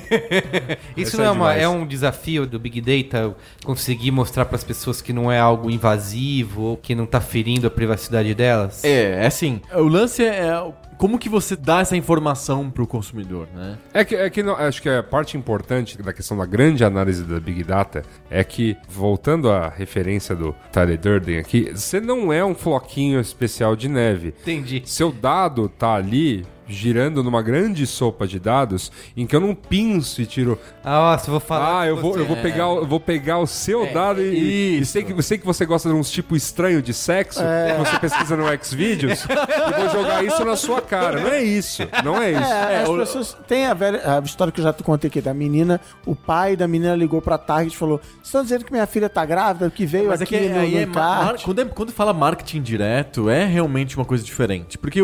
Isso Essa não demais. é um desafio do Big Data conseguir mostrar para as pessoas que não é algo invasivo ou que não tá ferindo a privacidade delas? É assim. O lance é como que você dá essa informação pro consumidor, né? Acho que a parte importante da questão da grande análise da Big Data é que, voltando à referência do Tyler Durden aqui, você não é um floquinho especial de neve. Entendi. Seu dado tá ali girando numa grande sopa de dados em que eu não pinço e tiro. Nossa, eu vou falar. Eu vou pegar o seu dado e sei que você gosta de uns tipos estranhos de sexo, que você pesquisa no Xvideos, e vou jogar isso na sua cara. Não é isso. Não é isso. As pessoas... Tem a história que eu já te contei aqui da menina, o pai da menina ligou pra Target e falou: vocês estão dizendo que minha filha tá grávida, que veio Mas aqui é que no aí encarte. quando fala marketing direto, é realmente uma coisa diferente. Porque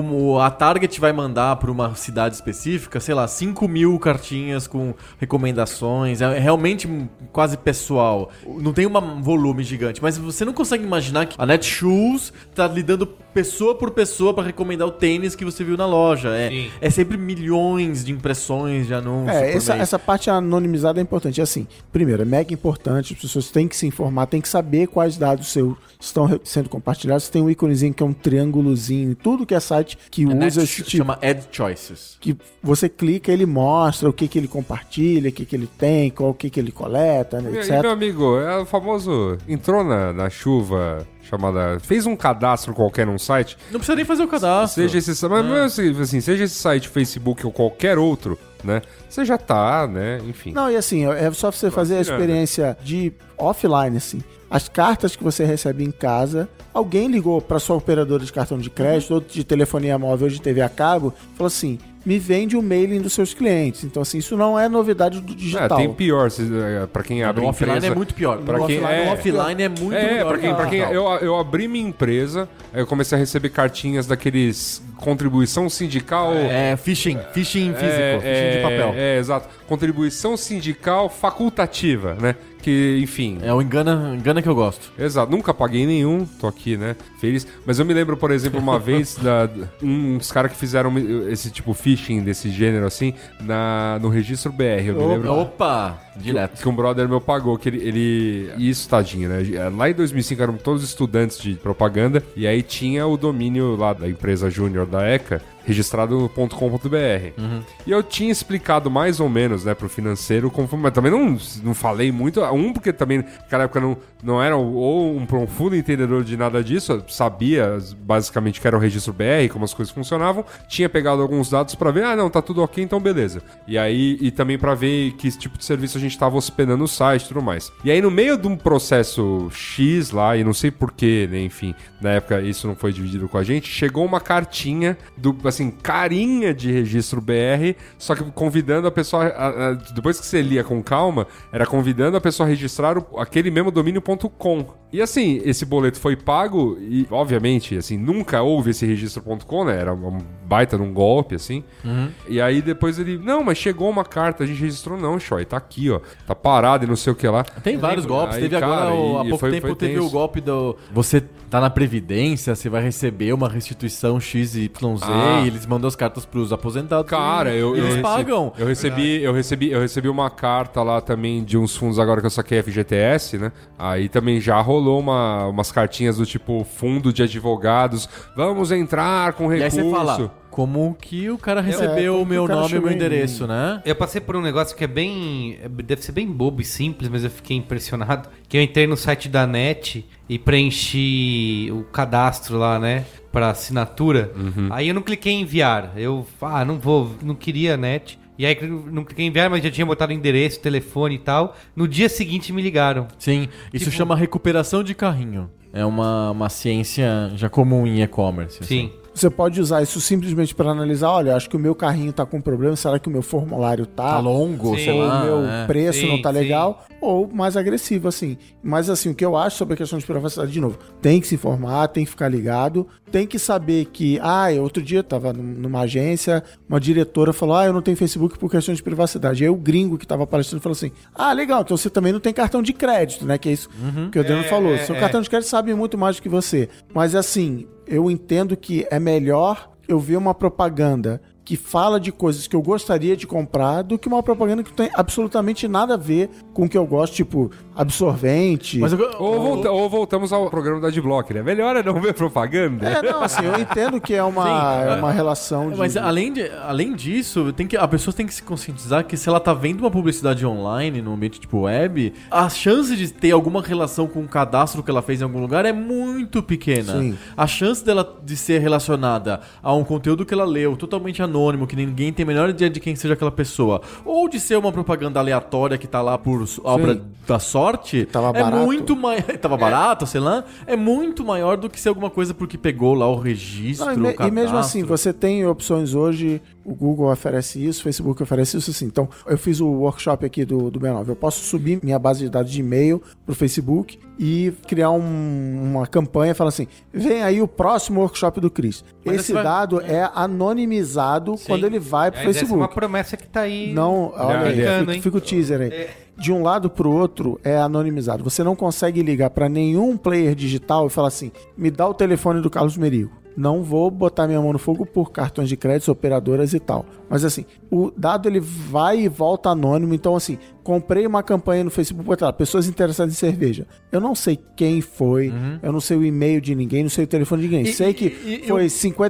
a Target vai mandar para uma cidade específica, sei lá, 5.000 cartinhas com recomendações. É realmente quase pessoal. Não tem um volume gigante. Mas você não consegue imaginar que a Netshoes tá lidando pessoa por pessoa para recomendar o tênis que você viu na loja. É sempre milhões de impressões de anúncios por mês. Essa parte anonimizada é importante. Assim, primeiro, é mega importante, as pessoas têm que se informar, têm que saber quais dados seus estão sendo compartilhados. Tem um íconezinho que é um triângulozinho, tudo que é site que usa esse tipo. Chama Ad Choices. Que você clica, ele mostra o que ele compartilha, o que ele tem, o que ele coleta, né, E, etc. meu amigo, é o famoso entrou na chuva chamada... Fez um cadastro qualquer num site. Não precisa nem fazer o cadastro. Seja esse seja esse site Facebook ou qualquer outro, né? Você já tá, né? Enfim. Não, e assim, é só você fazer a experiência de offline, assim. As cartas que você recebe em casa, alguém ligou para sua operadora de cartão de crédito, ou de telefonia móvel, ou de TV a cabo, falou assim: me vende o mailing dos seus clientes. Então, assim, isso não é novidade do digital. Tem pior, pra quem abre No offline empresa... é muito pior. Pra No quem offline é muito melhor. Pra quem eu abri minha empresa, aí eu comecei a receber cartinhas daqueles contribuição sindical... Phishing físico, phishing de papel. Exato. Contribuição sindical facultativa, né? Que, enfim... É o engana que eu gosto. Exato, nunca paguei nenhum, tô aqui, né, feliz. Mas eu me lembro, por exemplo, uma vez uns caras que fizeram esse tipo phishing desse gênero, assim, no registro BR, eu me lembro. Opa! Direto. Que um brother meu pagou, que ele... Isso, tadinho, né? Lá em 2005 eram todos estudantes de propaganda, e aí tinha o domínio lá da empresa júnior da ECA. registrado.com.br. E eu tinha explicado mais ou menos, né, pro financeiro, mas também não falei muito. Porque também naquela época não era ou um profundo entendedor de nada disso, eu sabia basicamente que era o registro BR, como as coisas funcionavam, tinha pegado alguns dados pra ver, não, tá tudo ok, então beleza. E também pra ver que tipo de serviço a gente tava hospedando no site e tudo mais. E aí no meio de um processo X lá, e não sei porquê, né, enfim, na época isso não foi dividido com a gente, chegou uma cartinha carinha de registro BR, só que convidando a pessoa, depois que você lia com calma, era convidando a pessoa a registrar aquele mesmo domínio.com. E assim, esse boleto foi pago e, obviamente, assim, nunca houve esse registro.com, né? Era um baita de um golpe, assim. E aí depois ele, não, mas chegou uma carta, a gente registrou, não, Choi, tá aqui, ó, tá parado e não sei o que lá. Tem vários golpes, aí, teve agora, há pouco tempo teve tenso. o golpe do... Você tá na Previdência, você vai receber uma restituição XYZ e eles mandam as cartas pros aposentados. Cara, eles pagam. Eu recebi uma carta lá também de uns fundos agora que eu saquei FGTS, né? Aí também já rolou umas cartinhas do tipo fundo de advogados, vamos entrar com recurso. E aí você fala, como que o cara recebeu o meu nome e o meu endereço, né? Eu passei por um negócio que deve ser bem bobo e simples, mas eu fiquei impressionado, que eu entrei no site da NET e preenchi o cadastro lá, né, pra assinatura. Aí eu não cliquei em enviar, não queria NET. E aí não cliquei em enviar, mas já tinha botado endereço, telefone e tal. No dia seguinte me ligaram. Sim, isso chama recuperação de carrinho. É uma ciência já comum em e-commerce. Sim. Assim. Você pode usar isso simplesmente para analisar, olha, acho que o meu carrinho tá com problema, será que o meu formulário tá longo, Sim. sei ou lá. o meu preço não tá sim. legal, ou mais agressivo, assim. Mas assim, o que eu acho sobre a questão de privacidade, de novo, tem que se informar, tem que ficar ligado, tem que saber que, outro dia eu tava numa agência, uma diretora falou, eu não tenho Facebook por questão de privacidade. Aí o gringo que tava palestrando falou assim, legal, então você também não tem cartão de crédito, né, que é isso que o Adriano falou. Seu cartão de crédito sabe muito mais do que você. Mas assim, eu entendo que é melhor eu ver uma propaganda que fala de coisas que eu gostaria de comprar do que uma propaganda que não tem absolutamente nada a ver com o que eu gosto, tipo absorvente. Mas Ou voltamos ao programa da Adblock, né? Melhor é não ver propaganda. Não, assim, eu entendo que é uma relação de... Mas além disso, a pessoa tem que se conscientizar que se ela tá vendo uma publicidade online, no ambiente tipo web, a chance de ter alguma relação com o cadastro que ela fez em algum lugar é muito pequena. Sim. A chance dela de ser relacionada a um conteúdo que ela leu, totalmente anônimo, que ninguém tem a menor ideia de quem seja aquela pessoa, ou de ser uma propaganda aleatória que tá lá por obra da sorte, Tava barato. muito maior. Tava barato, sei lá, é muito maior do que ser alguma coisa porque pegou lá o registro, o cadastro. E mesmo assim, você tem opções hoje, o Google oferece isso, o Facebook oferece isso, assim. Então, eu fiz o workshop aqui do B9. Eu posso subir minha base de dados de e-mail pro Facebook e criar uma campanha e falar assim, vem aí o próximo workshop do Cris. Esse dado é anonimizado quando ele vai pro Facebook. Essa é uma promessa que tá aí. Não, olha aí, fica o teaser aí. De um lado pro outro é anonimizado. Você não consegue ligar para nenhum player digital e falar assim, me dá o telefone do Carlos Merigo. Não vou botar minha mão no fogo por cartões de crédito, operadoras e tal. Mas assim, o dado ele vai e volta anônimo. Então assim, comprei uma campanha no Facebook, botar lá, pessoas interessadas em cerveja. Eu não sei quem foi, eu não sei o e-mail de ninguém, não sei o telefone de ninguém. Sei que foi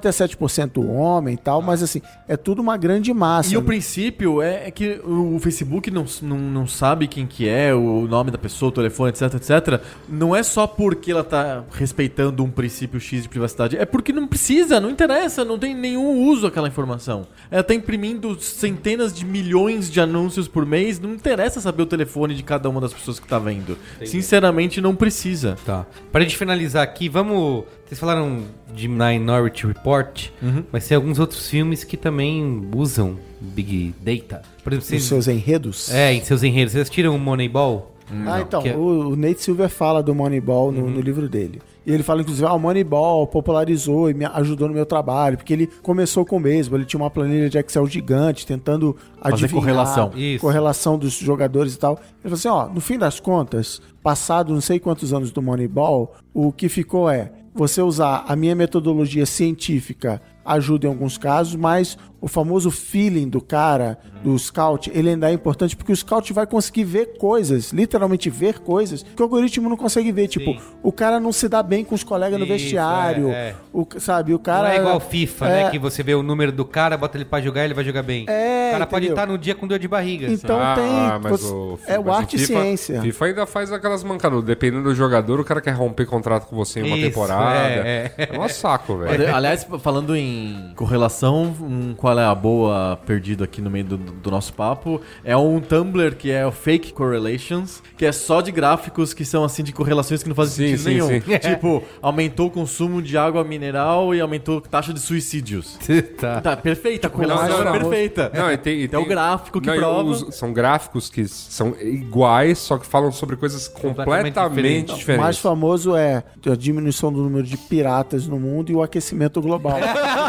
57% homem e tal, mas assim, é tudo uma grande massa. E o princípio é que o Facebook não sabe quem que é, o nome da pessoa, o telefone, etc, etc. Não é só porque ela tá respeitando um princípio X de privacidade, é porque não precisa, não interessa, não tem nenhum uso aquela informação. Ela tá imprimindo centenas de milhões de anúncios por mês, não interessa saber o telefone de cada uma das pessoas que tá vendo. Entendi. Sinceramente, não precisa. Tá. Pra gente finalizar aqui, vamos... Vocês falaram de Minority Report, mas tem alguns outros filmes que também usam Big Data. Por exemplo, Os seus enredos? Em seus enredos. Vocês assistiram o Moneyball? Então, o Nate Silver fala do Moneyball no livro dele. E ele fala, inclusive, o Moneyball popularizou e me ajudou no meu trabalho, porque ele começou com o beisebol, ele tinha uma planilha de Excel gigante, tentando fazer correlação dos jogadores e tal. Ele falou assim, no fim das contas, passado não sei quantos anos do Moneyball, o que ficou é você usar a minha metodologia científica ajuda em alguns casos, mas o famoso feeling do cara, do scout, ele ainda é importante porque o scout vai conseguir ver coisas, literalmente ver coisas, que o algoritmo não consegue ver. Tipo, o cara não se dá bem com os colegas no vestiário, sabe? O cara... Não é igual FIFA, né? Que você vê o número do cara, bota ele pra jogar, ele vai jogar bem. O cara pode estar no dia com dor de barriga. Então mas o arte e ciência. FIFA ainda faz aquelas mancadas. Dependendo do jogador, o cara quer romper contrato com você em uma temporada. É um saco, velho. Aliás, falando em correlação, qual é a boa perdida aqui no meio do nosso papo? É um Tumblr que é o Fake Correlations, que é só de gráficos que são assim de correlações que não fazem sentido nenhum. Sim. Tipo, aumentou o consumo de água mineral e aumentou a taxa de suicídios. Tá perfeita, a correlação é perfeita. Não, tem o gráfico que prova. São gráficos que são iguais, só que falam sobre coisas completamente diferentes. O mais famoso é a diminuição do número de piratas no mundo e o aquecimento global.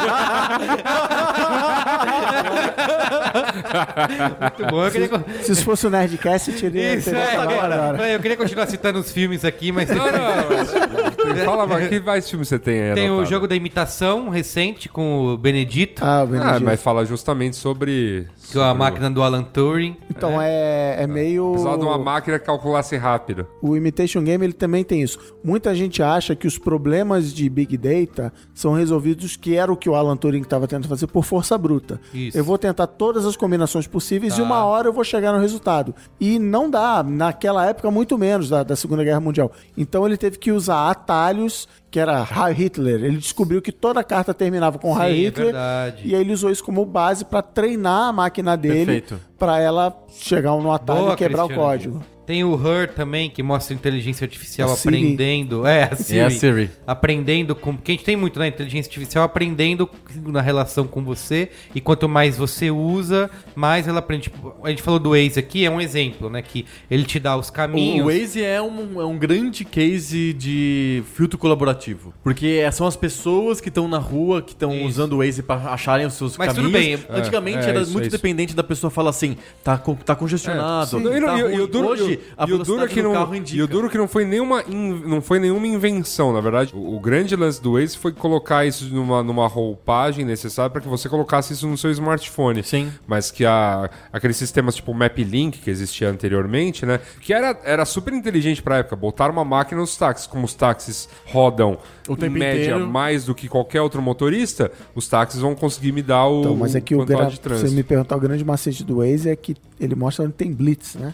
Muito bom. Se isso fosse o Nerdcast, teria agora. Eu queria continuar citando os filmes aqui, mas... Fala, mas que mais filme você tem aí? Tem o Jogo da Imitação, recente, com o Benedito. O Benedito. Mas fala justamente sobre a máquina do Alan Turing. Então é meio... Precisava de uma máquina que calculasse rápido. O Imitation Game, ele também tem isso. Muita gente acha que os problemas de Big Data são resolvidos, que era o que o Alan Turing estava tentando fazer, por força bruta. Isso. Eu vou tentar todas as combinações possíveis e uma hora eu vou chegar no resultado. E não dá, naquela época, muito menos da Segunda Guerra Mundial. Então ele teve que usar atalhos, que era Heil Hitler. Ele descobriu que toda carta terminava com Heil Hitler. E aí ele usou isso como base para treinar a máquina dele, para ela chegar no atalho e quebrar o código. Tem o Her também, que mostra inteligência artificial aprendendo. A Siri. Aprendendo com... Porque a gente tem muito, né? Inteligência artificial aprendendo na relação com você. E quanto mais você usa, mais ela aprende. Tipo, a gente falou do Waze aqui, é um exemplo, né? Que ele te dá os caminhos. O Waze é um grande case de filtro colaborativo. Porque são as pessoas que estão na rua, que estão usando o Waze para acharem os seus caminhos. Tudo bem. Antigamente era muito dependente da pessoa falar assim, tá congestionado. Hoje, e o duro que não foi nenhuma invenção, na verdade. O grande lance do Waze foi colocar isso numa roupagem necessária para que você colocasse isso no seu smartphone. Sim. Mas que aqueles sistemas tipo MapLink que existia anteriormente, né? Que era super inteligente pra época. Botar uma máquina nos táxis. Como os táxis rodam em média mais do que qualquer outro motorista, os táxis vão conseguir me dar o mas é que de trânsito. Você me perguntar, o grande macete do Waze é que ele mostra onde tem blitz, né?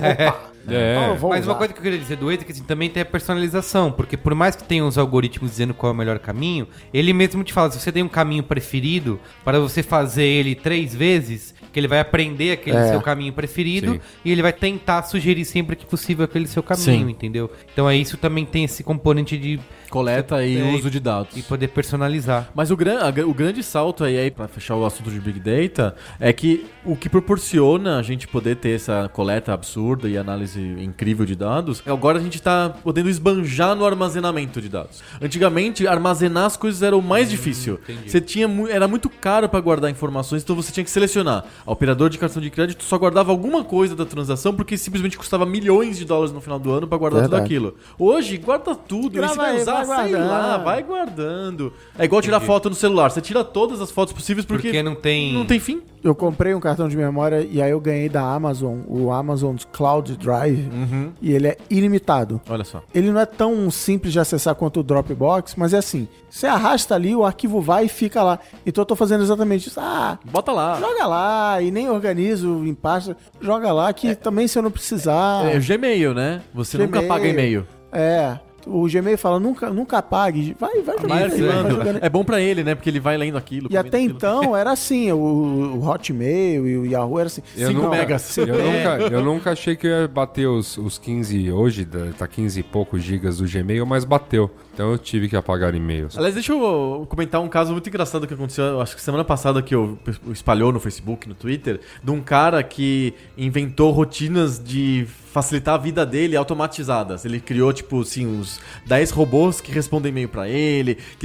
Mas uma coisa que eu queria dizer do Waze é que assim, também tem a personalização, porque por mais que tenha os algoritmos dizendo qual é o melhor caminho, ele mesmo te fala, se você tem um caminho preferido, para você fazer ele 3 vezes, que ele vai aprender aquele seu caminho preferido, e ele vai tentar sugerir sempre que possível aquele seu caminho, entendeu? Então isso também tem esse componente de coleta e uso de dados. E poder personalizar. Mas o grande salto aí para fechar o assunto de Big Data, é que o que proporciona a gente poder ter essa coleta absurda e análise incrível de dados, agora a gente está podendo esbanjar no armazenamento de dados. Antigamente, armazenar as coisas era o mais difícil. Era muito caro para guardar informações, então você tinha que selecionar. O operador de cartão de crédito só guardava alguma coisa da transação porque simplesmente custava milhões de dólares no final do ano para guardar tudo aquilo. Hoje, guarda tudo. E você vai usar, vai guardando. É igual tirar foto no celular. Você tira todas as fotos possíveis porque não tem fim. Eu comprei um cartão de memória e aí eu ganhei da Amazon, o Amazon Cloud Drive, e ele é ilimitado. Olha só. Ele não é tão simples de acessar quanto o Dropbox, mas é assim, você arrasta ali, o arquivo vai e fica lá. Então eu tô fazendo exatamente isso. Bota lá. Joga lá, e nem organizo em pasta. Joga lá que também se eu não precisar... É o Gmail, né? Você nunca apaga e-mail. O Gmail fala, nunca apague. Vai jogando. É bom pra ele, né? Porque ele vai lendo aquilo. E até então era assim, o Hotmail e o Yahoo era assim, 5 megas. Eu nunca achei que ia bater os 15, hoje tá 15 e poucos gigas do Gmail, mas bateu. Então eu tive que apagar e-mails. Aliás, deixa eu comentar um caso muito engraçado que aconteceu, acho que semana passada, que eu espalhou no Facebook, no Twitter, de um cara que inventou rotinas de facilitar a vida dele automatizadas. Ele criou, tipo assim, uns 10 robôs que respondem e-mail pra ele, que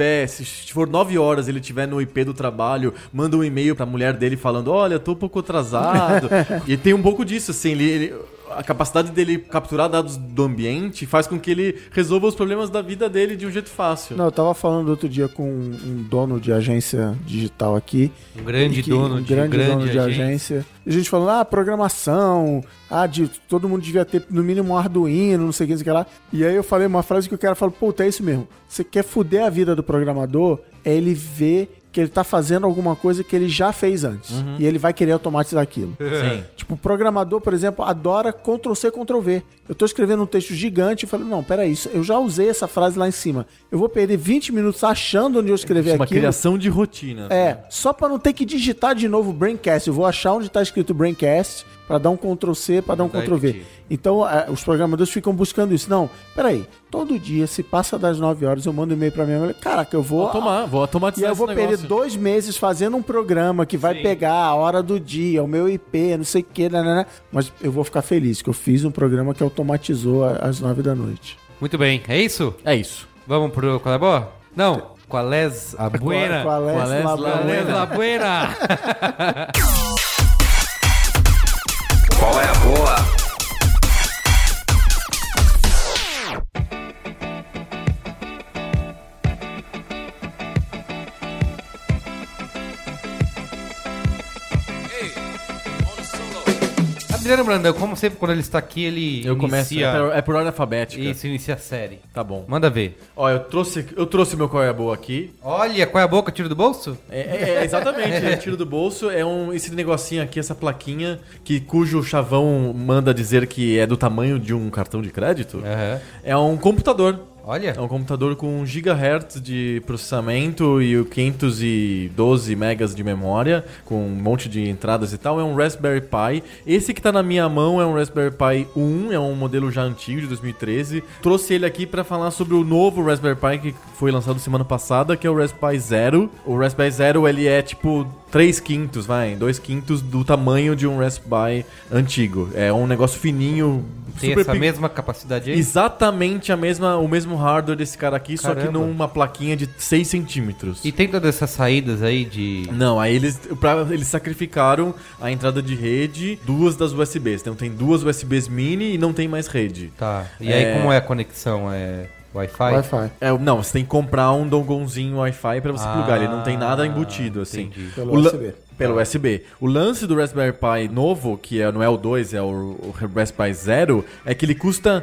se for 9 horas ele tiver no IP do trabalho, manda um e-mail pra mulher dele falando, olha, tô um pouco atrasado. E tem um pouco disso, assim, a capacidade dele capturar dados do ambiente faz com que ele resolva os problemas da vida dele de um jeito fácil. Não, eu tava falando outro dia com um dono de agência digital aqui. Um grande dono de agência. E a gente falando, programação, todo mundo devia ter no mínimo um Arduino, não sei o que lá. E aí eu falei uma frase que o cara falou, puta, é isso mesmo. Você quer fuder a vida do programador, é ele ver que ele tá fazendo alguma coisa que ele já fez antes. E ele vai querer automatizar aquilo. Sim. Tipo, o programador, por exemplo, adora Ctrl-C, Ctrl-V. Eu tô escrevendo um texto gigante e falei, não, peraí, eu já usei essa frase lá em cima. Eu vou perder 20 minutos achando onde eu escrever aquilo. Uma criação de rotina. Só pra não ter que digitar de novo o Braincast. Eu vou achar onde tá escrito Braincast pra dar um Ctrl-C, pra dar um Ctrl-V. Então, os programadores ficam buscando isso. Não, peraí, todo dia, se passa das 9 horas, eu mando um e-mail pra minha mulher, caraca, eu vou automatizar. E eu vou perder 2 meses fazendo um programa que vai pegar a hora do dia, o meu IP, não sei o que, né? Mas eu vou ficar feliz que eu fiz um programa que automatizou às 9 da noite. Muito bem, é isso? É isso. Vamos pro Qual é a Boa? Não, Qual é a Buena? Qual é a Buena? Qual é a boa? Adriano Brandão, como sempre, quando ele está aqui, ele começo. É por ordem alfabética. Isso, inicia a série. Tá bom. Manda ver. Ó, eu trouxe meu Qual é a Boa aqui. Olha, qual é a boca? Tiro do bolso? Exatamente. Tiro do bolso. Esse negocinho aqui, essa plaquinha, cujo chavão manda dizer que é do tamanho de um cartão de crédito. É um computador. Olha. É um computador com 1 GHz de processamento e 512 megas de memória, com um monte de entradas e tal. É um Raspberry Pi. Esse que tá na minha mão é um Raspberry Pi 1, é um modelo já antigo, de 2013. Trouxe ele aqui para falar sobre o novo Raspberry Pi que foi lançado semana passada, que é o Raspberry Zero. O Raspberry Zero, ele é tipo 2/5 do tamanho de um Raspberry antigo. É um negócio fininho. Tem essa mesma capacidade aí? Exatamente o mesmo hardware desse cara aqui, Caramba. só que numa plaquinha de 6 centímetros. E tem todas essas saídas aí de... Não, aí eles sacrificaram a entrada de rede, 2 das USBs. Então tem 2 USBs mini e não tem mais rede. Tá. E aí como é a conexão? É Wi-Fi? Wi-Fi. Não, você tem que comprar um dongonzinho Wi-Fi pra você plugar. Ele não tem nada embutido, assim. Entendi. Pelo USB. O lance do Raspberry Pi novo, que não é o 2, é o Raspberry Zero, é que ele custa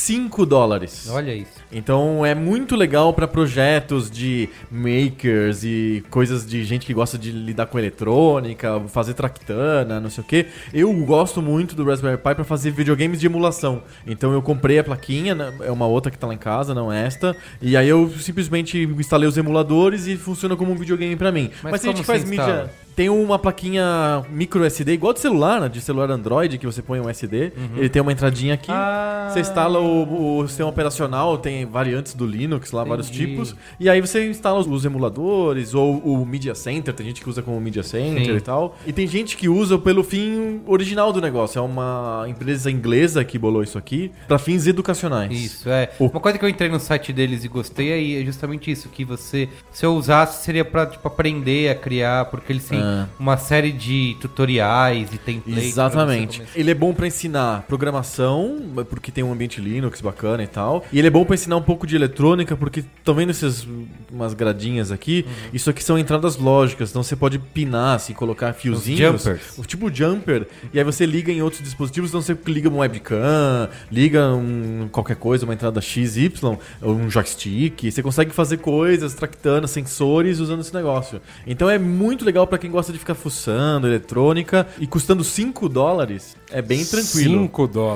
$5. Olha isso. Então é muito legal para projetos de makers e coisas de gente que gosta de lidar com eletrônica, fazer tractana, não sei o que. Eu gosto muito do Raspberry Pi para fazer videogames de emulação. Então eu comprei a plaquinha, é uma outra que tá lá em casa, não esta. E aí eu simplesmente instalei os emuladores e funciona como um videogame para mim. Mas se a gente faz mídia... Tem uma plaquinha micro SD, igual de celular, né? De celular Android, que você põe um SD. Ele tem uma entradinha aqui. Você instala o sistema operacional, tem variantes do Linux lá, vários tipos. E aí você instala os emuladores, ou o Media Center. Tem gente que usa como Media Center e tal. E tem gente que usa pelo fim original do negócio. É uma empresa inglesa que bolou isso aqui, para fins educacionais. Isso, uma coisa que eu entrei no site deles e gostei é justamente isso, que você, se eu usasse, seria pra aprender a criar, porque eles têm uma série de tutoriais e templates. Exatamente. Ele é bom pra ensinar programação, porque tem um ambiente Linux bacana e tal. E ele é bom pra ensinar um pouco de eletrônica, porque estão vendo umas gradinhas aqui? Isso aqui são entradas lógicas, então você pode pinar, assim, colocar fiozinhos. Jumpers. Tipo jumper. E aí você liga em outros dispositivos, então você liga um webcam, liga qualquer coisa, uma entrada XY, um joystick. Você consegue fazer coisas, tractando, sensores, usando esse negócio. Então é muito legal pra quem gosta de ficar fuçando eletrônica, e custando $5 é bem tranquilo.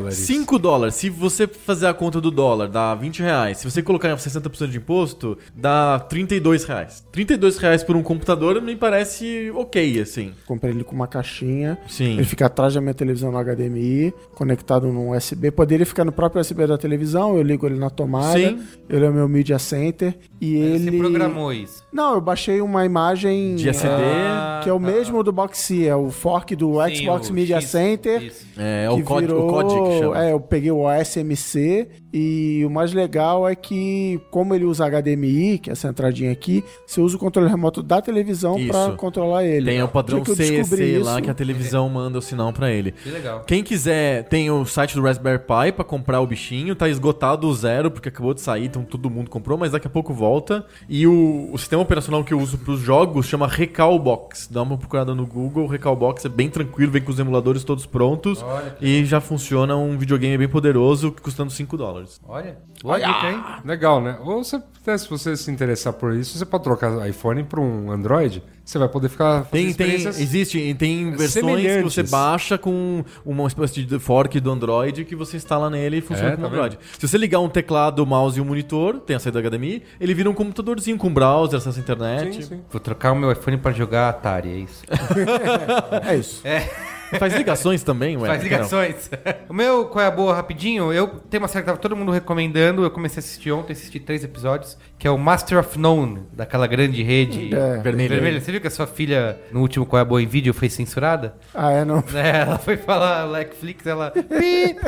$5. Se você fazer a conta do dólar, dá R$20. Se você colocar em 60% de imposto, dá R$32. R$32 por um computador me parece ok, assim. Comprei ele com uma caixinha. Sim. Ele fica atrás da minha televisão no HDMI, conectado num USB. Poderia ficar no próprio USB da televisão, eu ligo ele na tomada. Sim. Ele é o meu Media Center. E Você programou isso? Não, eu baixei uma imagem de SD, Que é o mesmo do Boxee, é o fork do Xbox o Media X, Center. isso. É, que o COD que chama. eu peguei o OSMC e o mais legal é que, como ele usa HDMI, que é essa entradinha aqui, você usa o controle remoto da televisão Isso. pra controlar ele. Tem o padrão Dia que eu descobri CEC lá isso- que a televisão manda o sinal pra ele. Que legal. Quem quiser, tem o site do Raspberry Pi pra comprar o bichinho. Tá esgotado o 0, porque acabou de sair, então todo mundo comprou, mas daqui a pouco volta. E o sistema operacional que eu uso pros jogos chama Recalbox. Dá uma procurada no Google, o Recalbox é bem tranquilo, vem com os emuladores todos prontos. E já funciona um videogame bem poderoso, custando $5. Olha. Boa dica, hein? Legal, né? Ou você, até se você se interessar por isso, você pode trocar iPhone para um Android. Você vai poder ficar fazendo Tem versões semelhantes. que você baixa com uma espécie de fork do Android que você instala nele e funciona como tá Android. Se você ligar um teclado, mouse e um monitor, tem a saída HDMI, ele vira um computadorzinho com browser, acesso à internet. Sim. Vou trocar o meu iPhone pra jogar Atari, é isso. É isso. Faz ligações também, ué. Faz ligações. O meu, qual é a boa, rapidinho? Eu tenho uma série que tava todo mundo recomendando. Eu comecei a assistir ontem, assisti 3 episódios, que é o Master of None, daquela grande rede vermelha. Você viu que a sua filha, no último Qual é a Boa em Vídeo, foi censurada? Ah, é? Não. Ela foi falar Netflix, ela... Pi!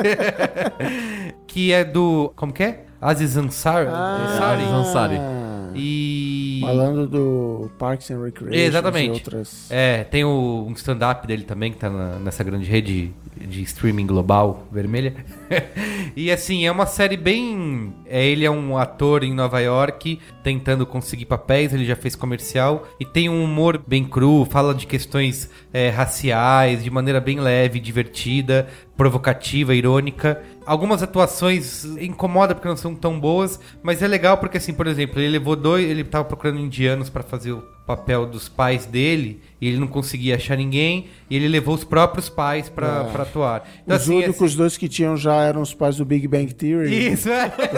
Que é do... Como que é? Aziz Ansari. Ansari. E... Falando do Parks and Recreation. Exatamente. E outras... Tem um stand-up dele também, que tá nessa grande rede de streaming global vermelha. E assim, é uma série bem... ele é um ator em Nova York tentando conseguir papéis, ele já fez comercial e tem um humor bem cru, fala de questões raciais, de maneira bem leve, divertida, provocativa, irônica. Algumas atuações incomodam porque não são tão boas, mas é legal porque, assim, por exemplo, ele tava procurando indianos pra fazer o papel dos pais dele e ele não conseguia achar ninguém e ele levou os próprios pais pra atuar. Então, Os únicos dois que tinham já eram os pais do Big Bang Theory. Isso,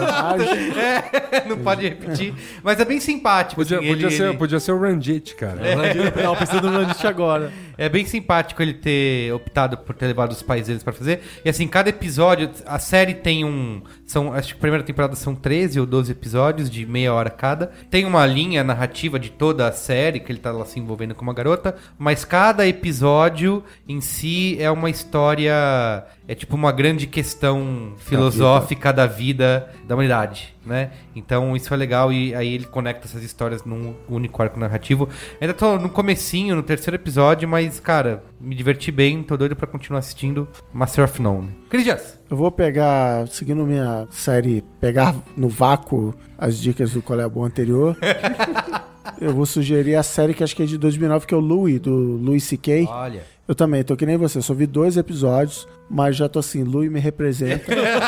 não pode repetir. Mas é bem simpático. Podia ser o Ranjit, cara. Não, pensando no Ranjit agora. É bem simpático ele ter optado por ter levado os pais deles pra fazer. E assim, cada episódio, a série tem acho que a primeira temporada são 13 ou 12 episódios de meia hora cada. Tem uma linha narrativa de toda a série, que ele tá lá se envolvendo com uma garota. Mas cada episódio em si é uma história... É tipo uma grande questão filosófica da vida da humanidade, né? Então isso é legal e aí ele conecta essas histórias num único arco narrativo. Ainda tô no comecinho, no 3º episódio, mas, cara, me diverti bem, tô doido pra continuar assistindo Master of None. Cristias! Eu vou pegar, seguindo minha série, pegar no vácuo as dicas do Qual é a Boa anterior. Eu vou sugerir a série que acho que é de 2009, que é o Louie, do Louis C.K. Olha... Eu também, tô que nem você, só vi 2 episódios, mas já tô assim, Louie me representa.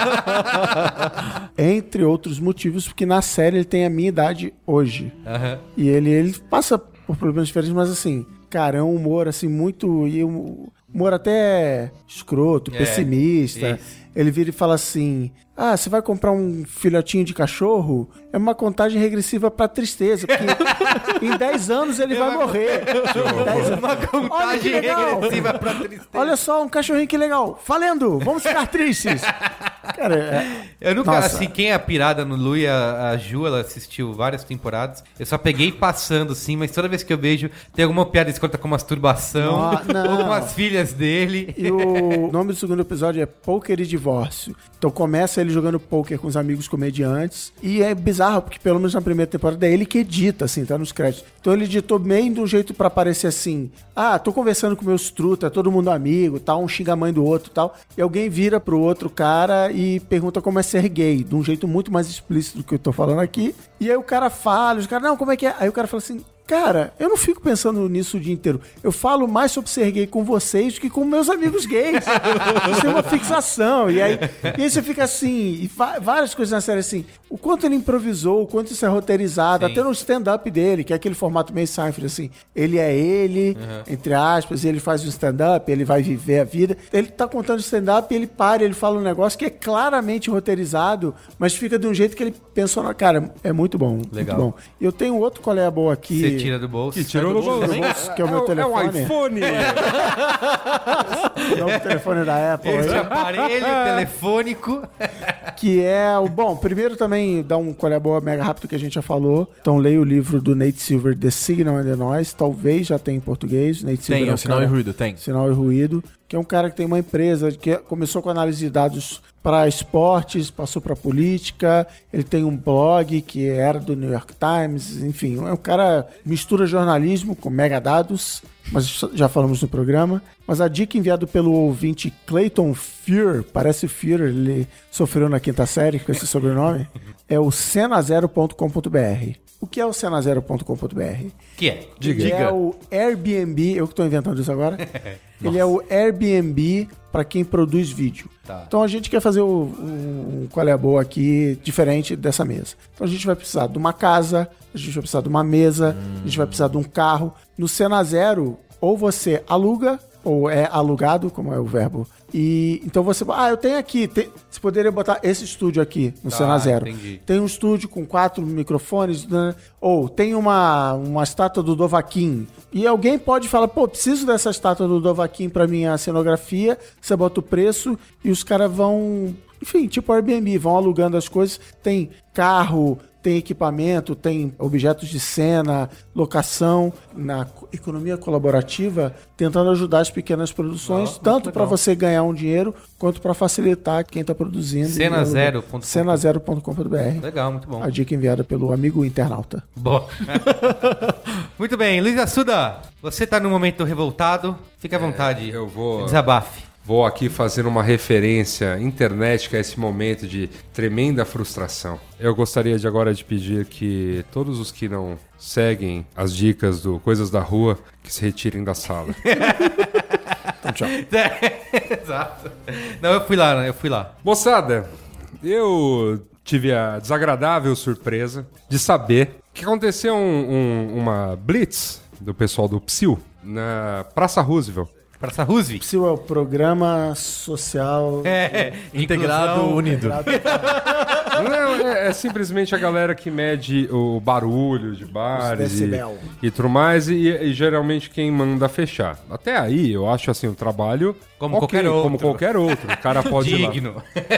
Entre outros motivos, porque na série ele tem a minha idade hoje. Uhum. E ele passa por problemas diferentes, mas assim, cara, é um humor assim muito... E um humor até escroto, pessimista. Isso. Ele vira e fala assim... Ah, você vai comprar um filhotinho de cachorro? É uma contagem regressiva pra tristeza, porque em 10 anos ele vai morrer. Uma contagem regressiva pra tristeza. Olha só, um cachorrinho que legal. Valendo! Vamos ficar tristes! Cara, eu nunca, nossa. assim, quem é a pirada no Louie, a Ju, ela assistiu várias temporadas. Eu só peguei passando, assim, mas toda vez que eu vejo, tem alguma piada escrita com masturbação, ou com as filhas dele. E o nome do segundo episódio é Poker e Divórcio. Então começa ele jogando poker com os amigos comediantes. E é bizarro, porque pelo menos na primeira temporada é ele que edita, assim, tá nos créditos. Então ele editou meio de um jeito pra parecer assim: ah, tô conversando com meus truta, todo mundo amigo, tal, um xinga a mãe do outro e tal. E alguém vira pro outro cara e pergunta como é ser gay, de um jeito muito mais explícito do que eu tô falando aqui. E aí o cara fala, os caras, não, como é que é? Aí o cara fala assim: cara, eu não fico pensando nisso o dia inteiro. Eu falo mais sobre ser gay com vocês do que com meus amigos gays. Isso é uma fixação. E aí você fica assim, e várias coisas na série assim. O quanto ele improvisou, o quanto isso é roteirizado, até no stand-up dele, que é aquele formato meio Seinfeld, assim. Ele é ele, entre aspas, e ele faz o stand-up, ele vai viver a vida. Ele tá contando stand-up e ele para, ele fala um negócio que é claramente roteirizado, mas fica de um jeito que ele pensou na cara. É muito bom. Legal. Muito bom. Eu tenho outro Qual é a Boa aqui. Você Você tira do bolso. Que tirou no bolso. que é o meu telefone. É um iPhone. É o telefone da Apple. Esse aí, aparelho telefônico. que é o... Bom, primeiro também dá um colher boa mega rápido que a gente já falou. Então leia o livro do Nate Silver, The Signal and the Noise. Talvez já tenha em português. Nate Silver Tem, um o Sinal cara- e Ruído, tem. Sinal e Ruído, que é um cara que tem uma empresa que começou com análise de dados para esportes, passou para política, ele tem um blog que era do New York Times, enfim, é um cara mistura jornalismo com mega dados, mas já falamos no programa. Mas a dica enviada pelo ouvinte Clayton Fear, parece Fear, ele sofreu na quinta série com esse sobrenome, é o cenazero.com.br. O que é o cenazero.com.br? Que é? Ele é o Airbnb, eu que estou inventando isso agora. Ele é o Airbnb para quem produz vídeo. Tá. Então a gente quer fazer um qual é a boa aqui diferente dessa mesa. Então a gente vai precisar de uma casa, a gente vai precisar de uma mesa, a gente vai precisar de um carro. No Cenazero, ou você aluga, ou é alugado, como é o verbo. E então você... eu tenho aqui... você poderia botar esse estúdio aqui no Cenazero. Entendi. Tem um estúdio com 4 microfones, né? Ou tem uma estátua do Dovahkiin. E alguém pode falar, preciso dessa estátua do Dovahkiin para minha cenografia. Você bota o preço e os caras vão... Enfim, tipo Airbnb, vão alugando as coisas. Tem carro, tem equipamento, tem objetos de cena, locação, na economia colaborativa, tentando ajudar as pequenas produções, tanto para você ganhar um dinheiro, quanto para facilitar quem está produzindo. Cenazero.com. Cenazero.com.br. Legal, muito bom. A dica enviada pelo amigo internauta. Boa. Muito bem, Luiz Assuda, você tá num momento revoltado, fique à vontade. eu vou- Desabafe. Vou aqui fazer uma referência internética a esse momento de tremenda frustração. Eu gostaria de agora de pedir que todos os que não seguem as dicas do Coisas da Rua, que se retirem da sala. Então, tchau. Exato. Não, eu fui lá. Moçada, eu tive a desagradável surpresa de saber que aconteceu uma blitz do pessoal do PSIL na Praça Roosevelt. Praça Roosevelt. PSIL é o Programa Social... Integrado, Inclusão. unido. Não, é simplesmente a galera que mede o barulho de bares decibel. e tudo mais, e geralmente quem manda fechar. Até aí, eu acho assim, o trabalho Como ok, qualquer outro. como qualquer outro. O cara pode ir lá. Digno.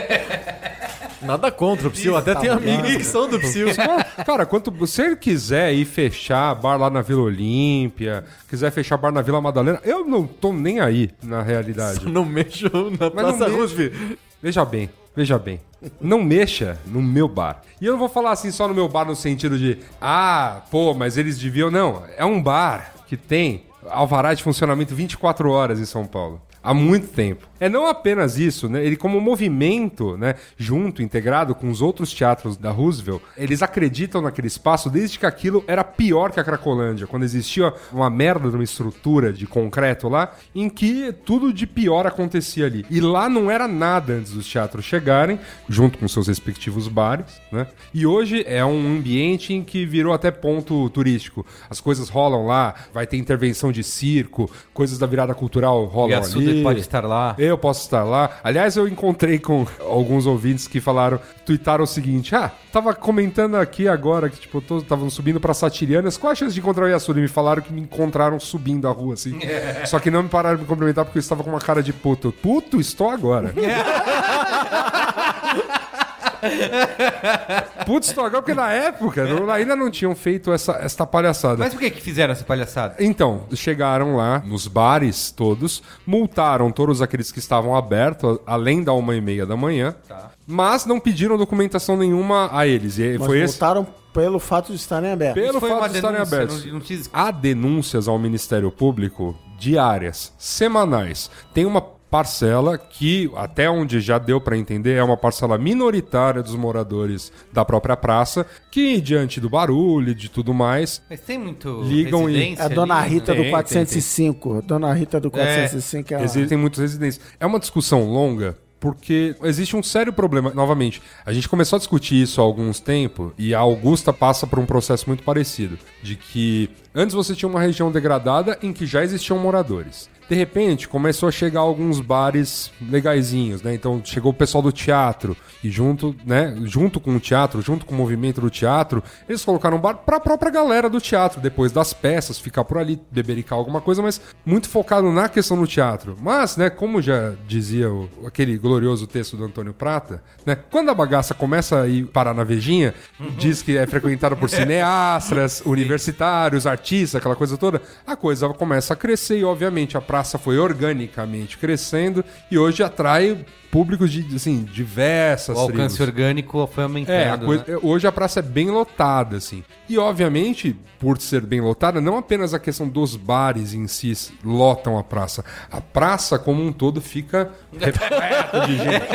Nada contra o Psyll, até tem amigos que são do Psyll. Cara, se ele quiser ir fechar bar lá na Vila Olímpia, quiser fechar bar na Vila Madalena, eu não tô nem aí, na realidade. Não mexo na Mas não Praça mexa. Roosevelt. Veja bem. Não mexa no meu bar. E eu não vou falar assim só no meu bar no sentido de, mas eles deviam. Não, é um bar que tem alvará de funcionamento 24 horas em São Paulo. Há muito tempo. É não apenas isso, né? Ele como movimento, né? Junto, integrado com os outros teatros da Roosevelt, eles acreditam naquele espaço desde que aquilo era pior que a Cracolândia, quando existia uma merda de uma estrutura de concreto lá, em que tudo de pior acontecia ali. E lá não era nada antes dos teatros chegarem, junto com seus respectivos bares, né? E hoje é um ambiente em que virou até ponto turístico. As coisas rolam lá, vai ter intervenção de circo, coisas da virada cultural rolam E a Suda ali. pode estar lá. Eu posso estar lá. Aliás, eu encontrei com alguns ouvintes que tuitaram o seguinte: tava comentando aqui agora que, tipo, estavam subindo pra Satirianas. Qual a chance de encontrar o Yasuda? E me falaram que me encontraram subindo a rua, assim. Só que não me pararam de me cumprimentar porque eu estava com uma cara de puto. Puto, estou agora. Putz, estou agora porque na época ainda não tinham feito essa palhaçada. Mas por que fizeram essa palhaçada? Então, chegaram lá nos bares todos, multaram todos aqueles que estavam abertos, além da 1h30 da manhã, mas não pediram documentação nenhuma a eles. E Mas foi esse... voltaram pelo fato de estarem abertos. Pelo Foi fato uma de estarem denúncia, abertos. não diz- Há denúncias ao Ministério Público diárias, semanais. Tem uma parcela que, até onde já deu para entender, é uma parcela minoritária dos moradores da própria praça, que, diante do barulho e de tudo mais, Mas tem muito Ligam e- residência É a Dona ali, Rita né? do 405. Dona Rita do 405 é, existem muitos residentes. É uma discussão longa, porque existe um sério problema. Novamente, a gente começou a discutir isso há alguns tempos e a Augusta passa por um processo muito parecido. De que antes você tinha uma região degradada em que já existiam moradores. de repente começou a chegar alguns bares legaizinhos, né? Então chegou o pessoal do teatro e junto com o teatro, junto com o movimento do teatro, eles colocaram um bar pra própria galera do teatro, depois das peças, ficar por ali, bebericar alguma coisa, mas muito focado na questão do teatro. Mas, né, como já dizia aquele glorioso texto do Antônio Prata, né? Quando a bagaça começa a ir parar na Vejinha, diz que é frequentada por cineastas, universitários, artistas, aquela coisa toda, a coisa começa a crescer e, obviamente, a praça foi organicamente crescendo e hoje atrai públicos de, assim, diversas O alcance tribos. orgânico foi aumentando, né? Hoje a praça é bem lotada, assim. E, obviamente, por ser bem lotada, não apenas a questão dos bares em si lotam a praça como um todo fica repleta de gente.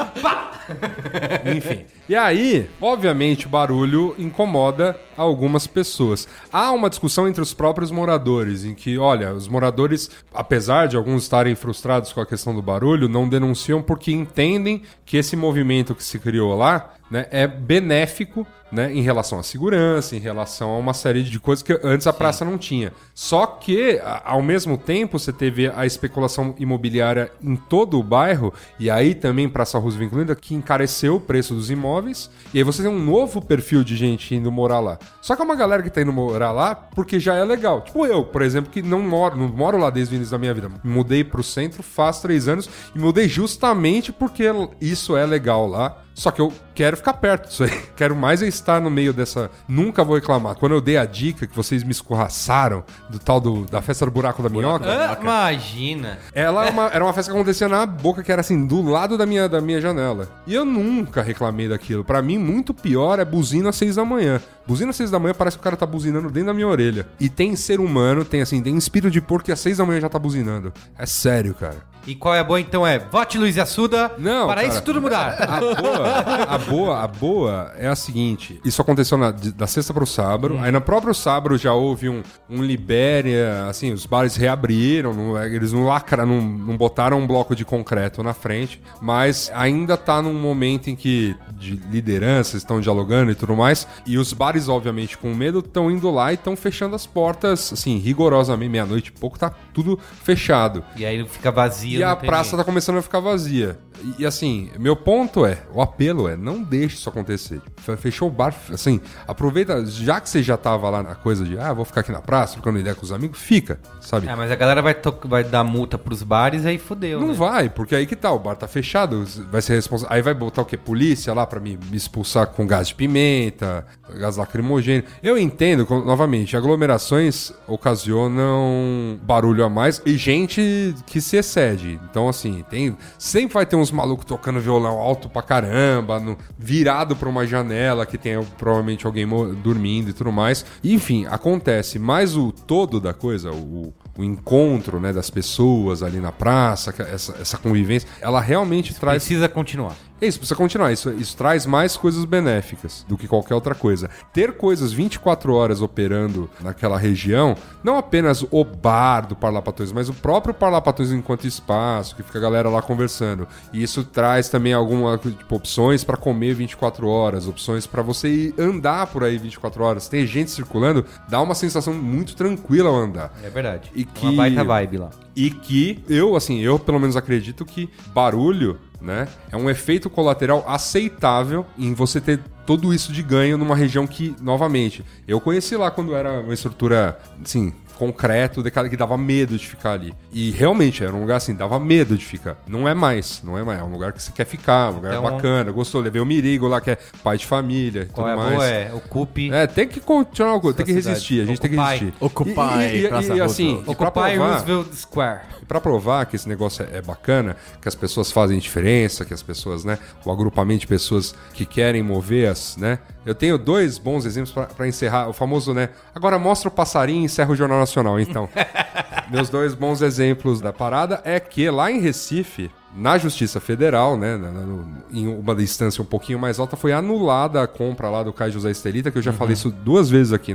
Enfim. E aí, obviamente, o barulho incomoda algumas pessoas. Há uma discussão entre os próprios moradores, em que, olha, os moradores, apesar de alguns estarem frustrados com a questão do barulho, não denunciam porque entendem que esse movimento que se criou lá, né, é benéfico, né, em relação à segurança, em relação a uma série de coisas que antes a praça não tinha. Só que, ao mesmo tempo, você teve a especulação imobiliária em todo o bairro, e aí também Praça Roosevelt incluída, que encareceu o preço dos imóveis, e aí você tem um novo perfil de gente indo morar lá. Só que é uma galera que tá indo morar lá porque já é legal. Tipo eu, por exemplo, que não moro lá desde o início da minha vida. Me mudei pro centro faz 3 anos, e mudei justamente porque isso é legal lá. Só que eu quero ficar perto disso aí. Quero mais estar no meio dessa... Nunca vou reclamar. Quando eu dei a dica que vocês me escorraçaram do tal da festa do buraco da minhoca... Imagina! Ela era uma festa que acontecia na boca, que era assim, do lado da minha janela. E eu nunca reclamei daquilo. Pra mim, muito pior é buzina às 6 da manhã. Buzina às 6 da manhã, parece que o cara tá buzinando dentro da minha orelha. E tem ser humano, tem espírito de porco que às 6 da manhã já tá buzinando. É sério, cara. E qual é a boa, então? Vote Luiz Assuda Não, para cara, isso tudo mudar. A boa é a seguinte. Isso aconteceu da sexta pro sábado. Aí no próprio sábado já houve um Libéria, assim, os bares reabriram. Eles não botaram um bloco de concreto na frente. Mas ainda tá num momento em que de lideranças estão dialogando e tudo mais. E os bares, obviamente, com medo, estão indo lá e estão fechando as portas, assim, rigorosamente. Meia-noite e pouco, tá tudo fechado. E aí fica vazio. E a praça tá começando a ficar vazia. E assim, meu ponto o apelo não deixe isso acontecer. Fechou o bar, assim, aproveita, já que você já tava lá na coisa de, vou ficar aqui na praça, trocando ideia com os amigos, fica, sabe? Mas a galera vai dar multa pros bares, aí fodeu, Não né? vai, porque aí que tá, o bar tá fechado, vai ser responsável. Aí vai botar o quê? Polícia lá pra me expulsar com gás de pimenta, gás lacrimogêneo. Eu entendo, novamente, aglomerações ocasionam barulho a mais e gente que se excede. Então, assim, sempre vai ter uns malucos tocando violão alto pra caramba, virado pra uma janela que tem provavelmente alguém dormindo e tudo mais. E, enfim, acontece. Mas o todo da coisa, o encontro, né, das pessoas ali na praça, essa convivência, ela realmente traz... Precisa continuar. Isso, precisa continuar. Isso traz mais coisas benéficas do que qualquer outra coisa. Ter coisas 24 horas operando naquela região, não apenas o bar do Parlapatões, mas o próprio Parlapatões enquanto espaço, que fica a galera lá conversando. E isso traz também algumas opções para comer 24 horas, opções para você ir andar por aí 24 horas. Tem gente circulando, dá uma sensação muito tranquila ao andar. É verdade. E que... Uma baita vibe lá. E que eu pelo menos acredito que barulho, né, é um efeito colateral aceitável em você ter tudo isso de ganho numa região que, novamente, eu conheci lá quando era uma estrutura, assim, concreto, que dava medo de ficar ali. E realmente era um lugar assim, dava medo de ficar. Não é mais. É um lugar que você quer ficar, um lugar bacana, gostou. Levei o Mirigo lá, que é pai de família e tudo mais. Boa, ocupe. Tem que continuar, tem que resistir, a gente tem que resistir. Occupy e assim, Occupy Roosevelt Square. E pra provar que esse negócio é bacana, que as pessoas fazem diferença, que as pessoas, né, o agrupamento de pessoas que querem mover né, eu tenho 2 bons exemplos pra encerrar, o famoso, né, agora mostra o passarinho e encerra o Jornal Nacional, então. Meus 2 bons exemplos da parada é que lá em Recife, na Justiça Federal, né, em uma instância um pouquinho mais alta, foi anulada a compra lá do Caio José Estelita, que eu já falei isso 2 vezes aqui no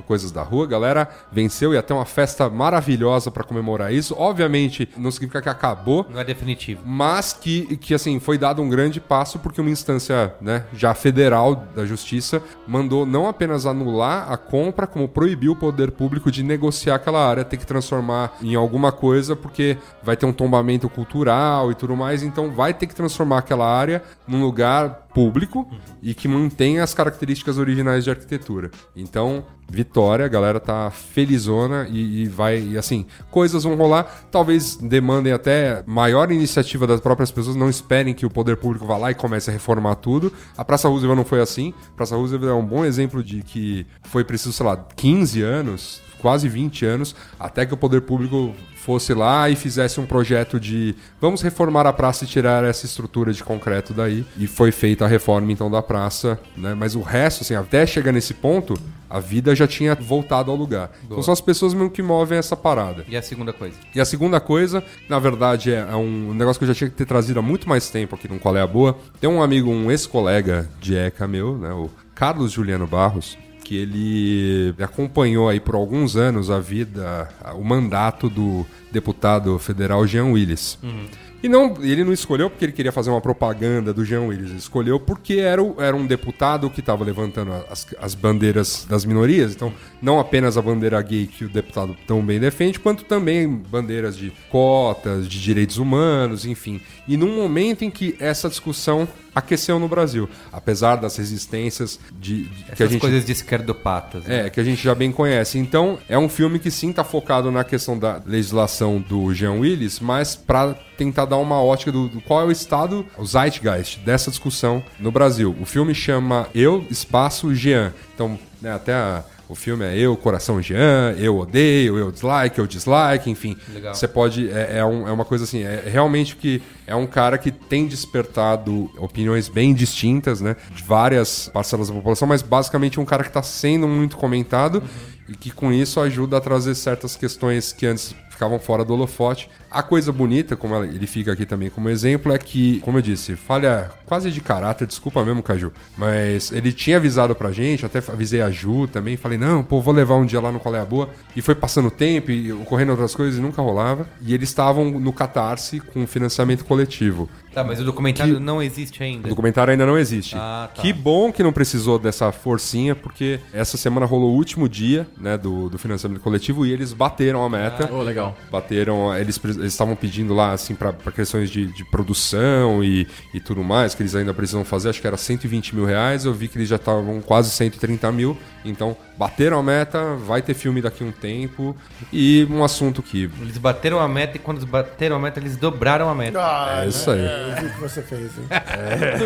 Coisas da Rua, a galera venceu e até uma festa maravilhosa pra comemorar isso. Obviamente, não significa que acabou, Não é definitivo. mas que assim, foi dado um grande passo porque uma instância, né, já federal da justiça mandou não apenas anular a compra, como proibiu o poder público de negociar aquela área, ter que transformar em alguma coisa, porque vai ter um tombamento cultural e tudo mais, então vai ter que transformar aquela área num lugar público e que mantenha as características originais de arquitetura. Então, vitória, a galera tá felizona e vai, e assim, coisas vão rolar, talvez demandem até maior iniciativa das próprias pessoas, não esperem que o poder público vá lá e comece a reformar tudo. A Praça Roosevelt não foi assim. A Praça Roosevelt é um bom exemplo de que foi preciso, sei lá, 15 anos, quase 20 anos, até que o poder público fosse lá e fizesse um projeto de vamos reformar a praça e tirar essa estrutura de concreto daí. E foi feita a reforma, então, da praça, né? Mas o resto, assim, até chegar nesse ponto, a vida já tinha voltado ao lugar. Boa. Então são as pessoas mesmo que movem essa parada. E a segunda coisa? E a segunda coisa, na verdade, é um negócio que eu já tinha que ter trazido há muito mais tempo aqui no Qual é a Boa. Tem um amigo, um ex-colega de ECA meu, né? O Carlos Juliano Barros, que ele acompanhou aí por alguns anos a vida, o mandato do deputado federal Jean Willis. E ele não escolheu porque ele queria fazer uma propaganda do Jean Willis, ele escolheu porque era um deputado que estava levantando as bandeiras das minorias, então não apenas a bandeira gay que o deputado tão bem defende, quanto também bandeiras de cotas, de direitos humanos, enfim. E num momento em que essa discussão aqueceu no Brasil, apesar das resistências que a gente, coisas de esquerdopatas, né? Que a gente já bem conhece. Então, é um filme que sim está focado na questão da legislação do Jean Willis, mas para tentar dar uma ótica do qual é o estado, o zeitgeist dessa discussão no Brasil. O filme chama Eu, Espaço, Jean. Então, né, o filme é Eu, Coração Jean, Eu Odeio, Eu Dislike, enfim. Legal. Você pode... É uma coisa assim, é realmente que é um cara que tem despertado opiniões bem distintas, né? De várias parcelas da população, mas basicamente um cara que está sendo muito comentado e que com isso ajuda a trazer certas questões que antes ficavam fora do holofote. A coisa bonita, como ele fica aqui também como exemplo, é que, como eu disse, falha quase de caráter, desculpa mesmo, Caju, mas ele tinha avisado pra gente, até avisei a Ju também, falei, não, pô, vou levar um dia lá no Qual é a Boa, e foi passando tempo e ocorrendo outras coisas e nunca rolava, e eles estavam no Catarse com financiamento coletivo. Tá, mas o documentário não existe ainda. O documentário ainda não existe. Ah, tá. Que bom que não precisou dessa forcinha, porque essa semana rolou o último dia, né, do financiamento coletivo e eles bateram a meta. Oh, legal. Bateram, eles estavam pedindo lá, assim, pra questões de produção e tudo mais, que eles ainda precisam fazer, acho que era 120 mil reais, eu vi que eles já estavam quase 130 mil, então bateram a meta, vai ter filme daqui a um tempo, e um assunto que... Eles bateram a meta e quando eles bateram a meta, eles dobraram a meta. É isso aí. Eu vi o que você fez, hein? É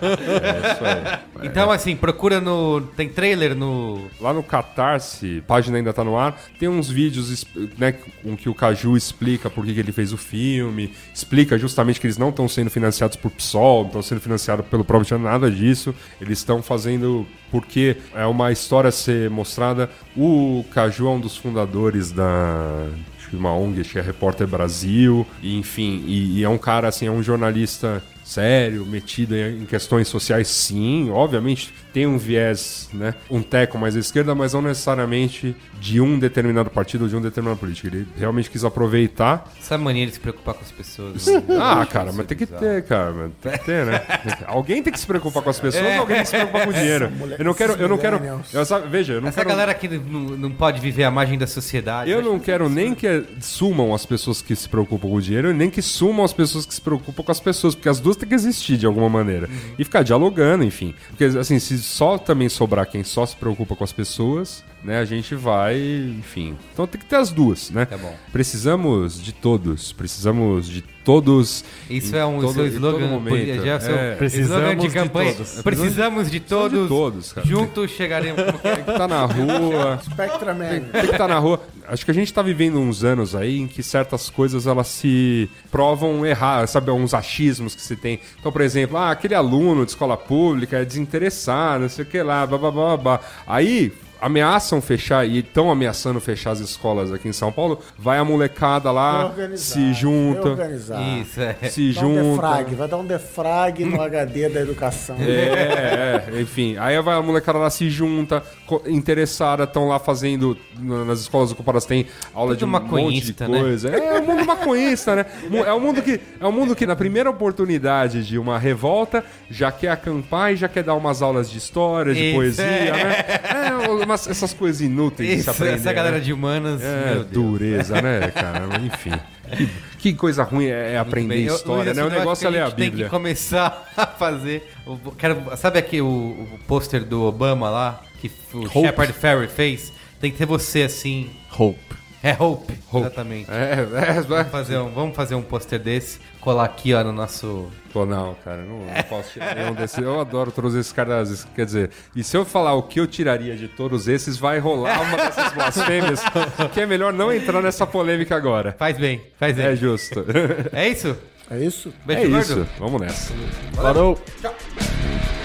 isso aí. Então, assim, procura tem trailer no... Lá no Catarse, a página ainda tá no ar, tem uns vídeos, né, com que o Caju explica por que ele fez o filme, explica justamente que eles não estão sendo financiados por PSOL, não estão sendo financiados pelo próprio channel, nada disso. Eles estão fazendo porque é uma história a ser mostrada. O Caju é um dos fundadores de uma ONG, acho que é Repórter Brasil, e, enfim, e é um cara, assim, é um jornalista sério, metido em questões sociais, sim, obviamente tem um viés, né, um teco mais à esquerda, mas não necessariamente de um determinado partido ou de um determinado político. Ele realmente quis aproveitar. Essa mania de se preocupar com as pessoas. Ah, cara, mas tem que ter, cara. Tem que ter, né? Alguém tem que se preocupar com as pessoas, alguém tem que se preocupar com o dinheiro. Eu não quero. Veja, eu não Essa quero. galera que não pode viver à margem da sociedade. Eu não quero nem que sumam as pessoas que se preocupam com o dinheiro, nem que sumam as pessoas que se preocupam com as pessoas, porque as duas têm que existir de alguma maneira. E ficar dialogando, enfim. Porque, assim, se só também sobrar quem só se preocupa com as pessoas, né, a gente vai, enfim. Então tem que ter as duas, né? Tá bom. Precisamos de todos. Isso é um seu slogan. Já é o seu slogan de campanha. Precisamos de todos. Cara. Juntos chegaremos. Tem que estar na rua. Spectraman. Tem que estar na rua. Acho que a gente está vivendo uns anos aí em que certas coisas elas se provam errar, sabe? Uns achismos que se tem. Então, por exemplo, aquele aluno de escola pública é desinteressado, não sei o que lá, blá. Aí ameaçam fechar e estão ameaçando fechar as escolas aqui em São Paulo, vai a molecada lá, se junta. Isso, Se Dá junta. um defrag, vai dar um defrag no HD da educação. Enfim. Aí vai a molecada lá, se junta, interessada, estão lá fazendo, nas escolas ocupadas tem aula Tudo de um monte de maconhista, né? coisa. É o mundo maconhista, né? É um mundo que na primeira oportunidade de uma revolta já quer acampar e já quer dar umas aulas de história, de Isso, poesia, né? Essas coisas inúteis de se Isso, aprender. essa galera né? de humanas, meu Deus. Dureza, né, cara? Enfim. Que coisa ruim é aprender Bem, história, Luiz, né? O eu acho negócio é que ler a a gente tem Bíblia. que começar a fazer... sabe aqui o pôster do Obama lá, que o Shepard Fairey fez? Tem que ter você assim... Hope. É Hope. Exatamente. Vamos fazer um pôster desse, colar aqui, ó, no nosso... Pô, não, cara, não posso tirar nenhum desses. Eu adoro todos esses caras. Quer dizer, e se eu falar o que eu tiraria de todos esses, vai rolar uma dessas blasfêmias, que é melhor não entrar nessa polêmica agora. Faz bem. É justo. É isso? É isso? Beijo, É gordo. isso. Vamos nessa. Parou. Tchau.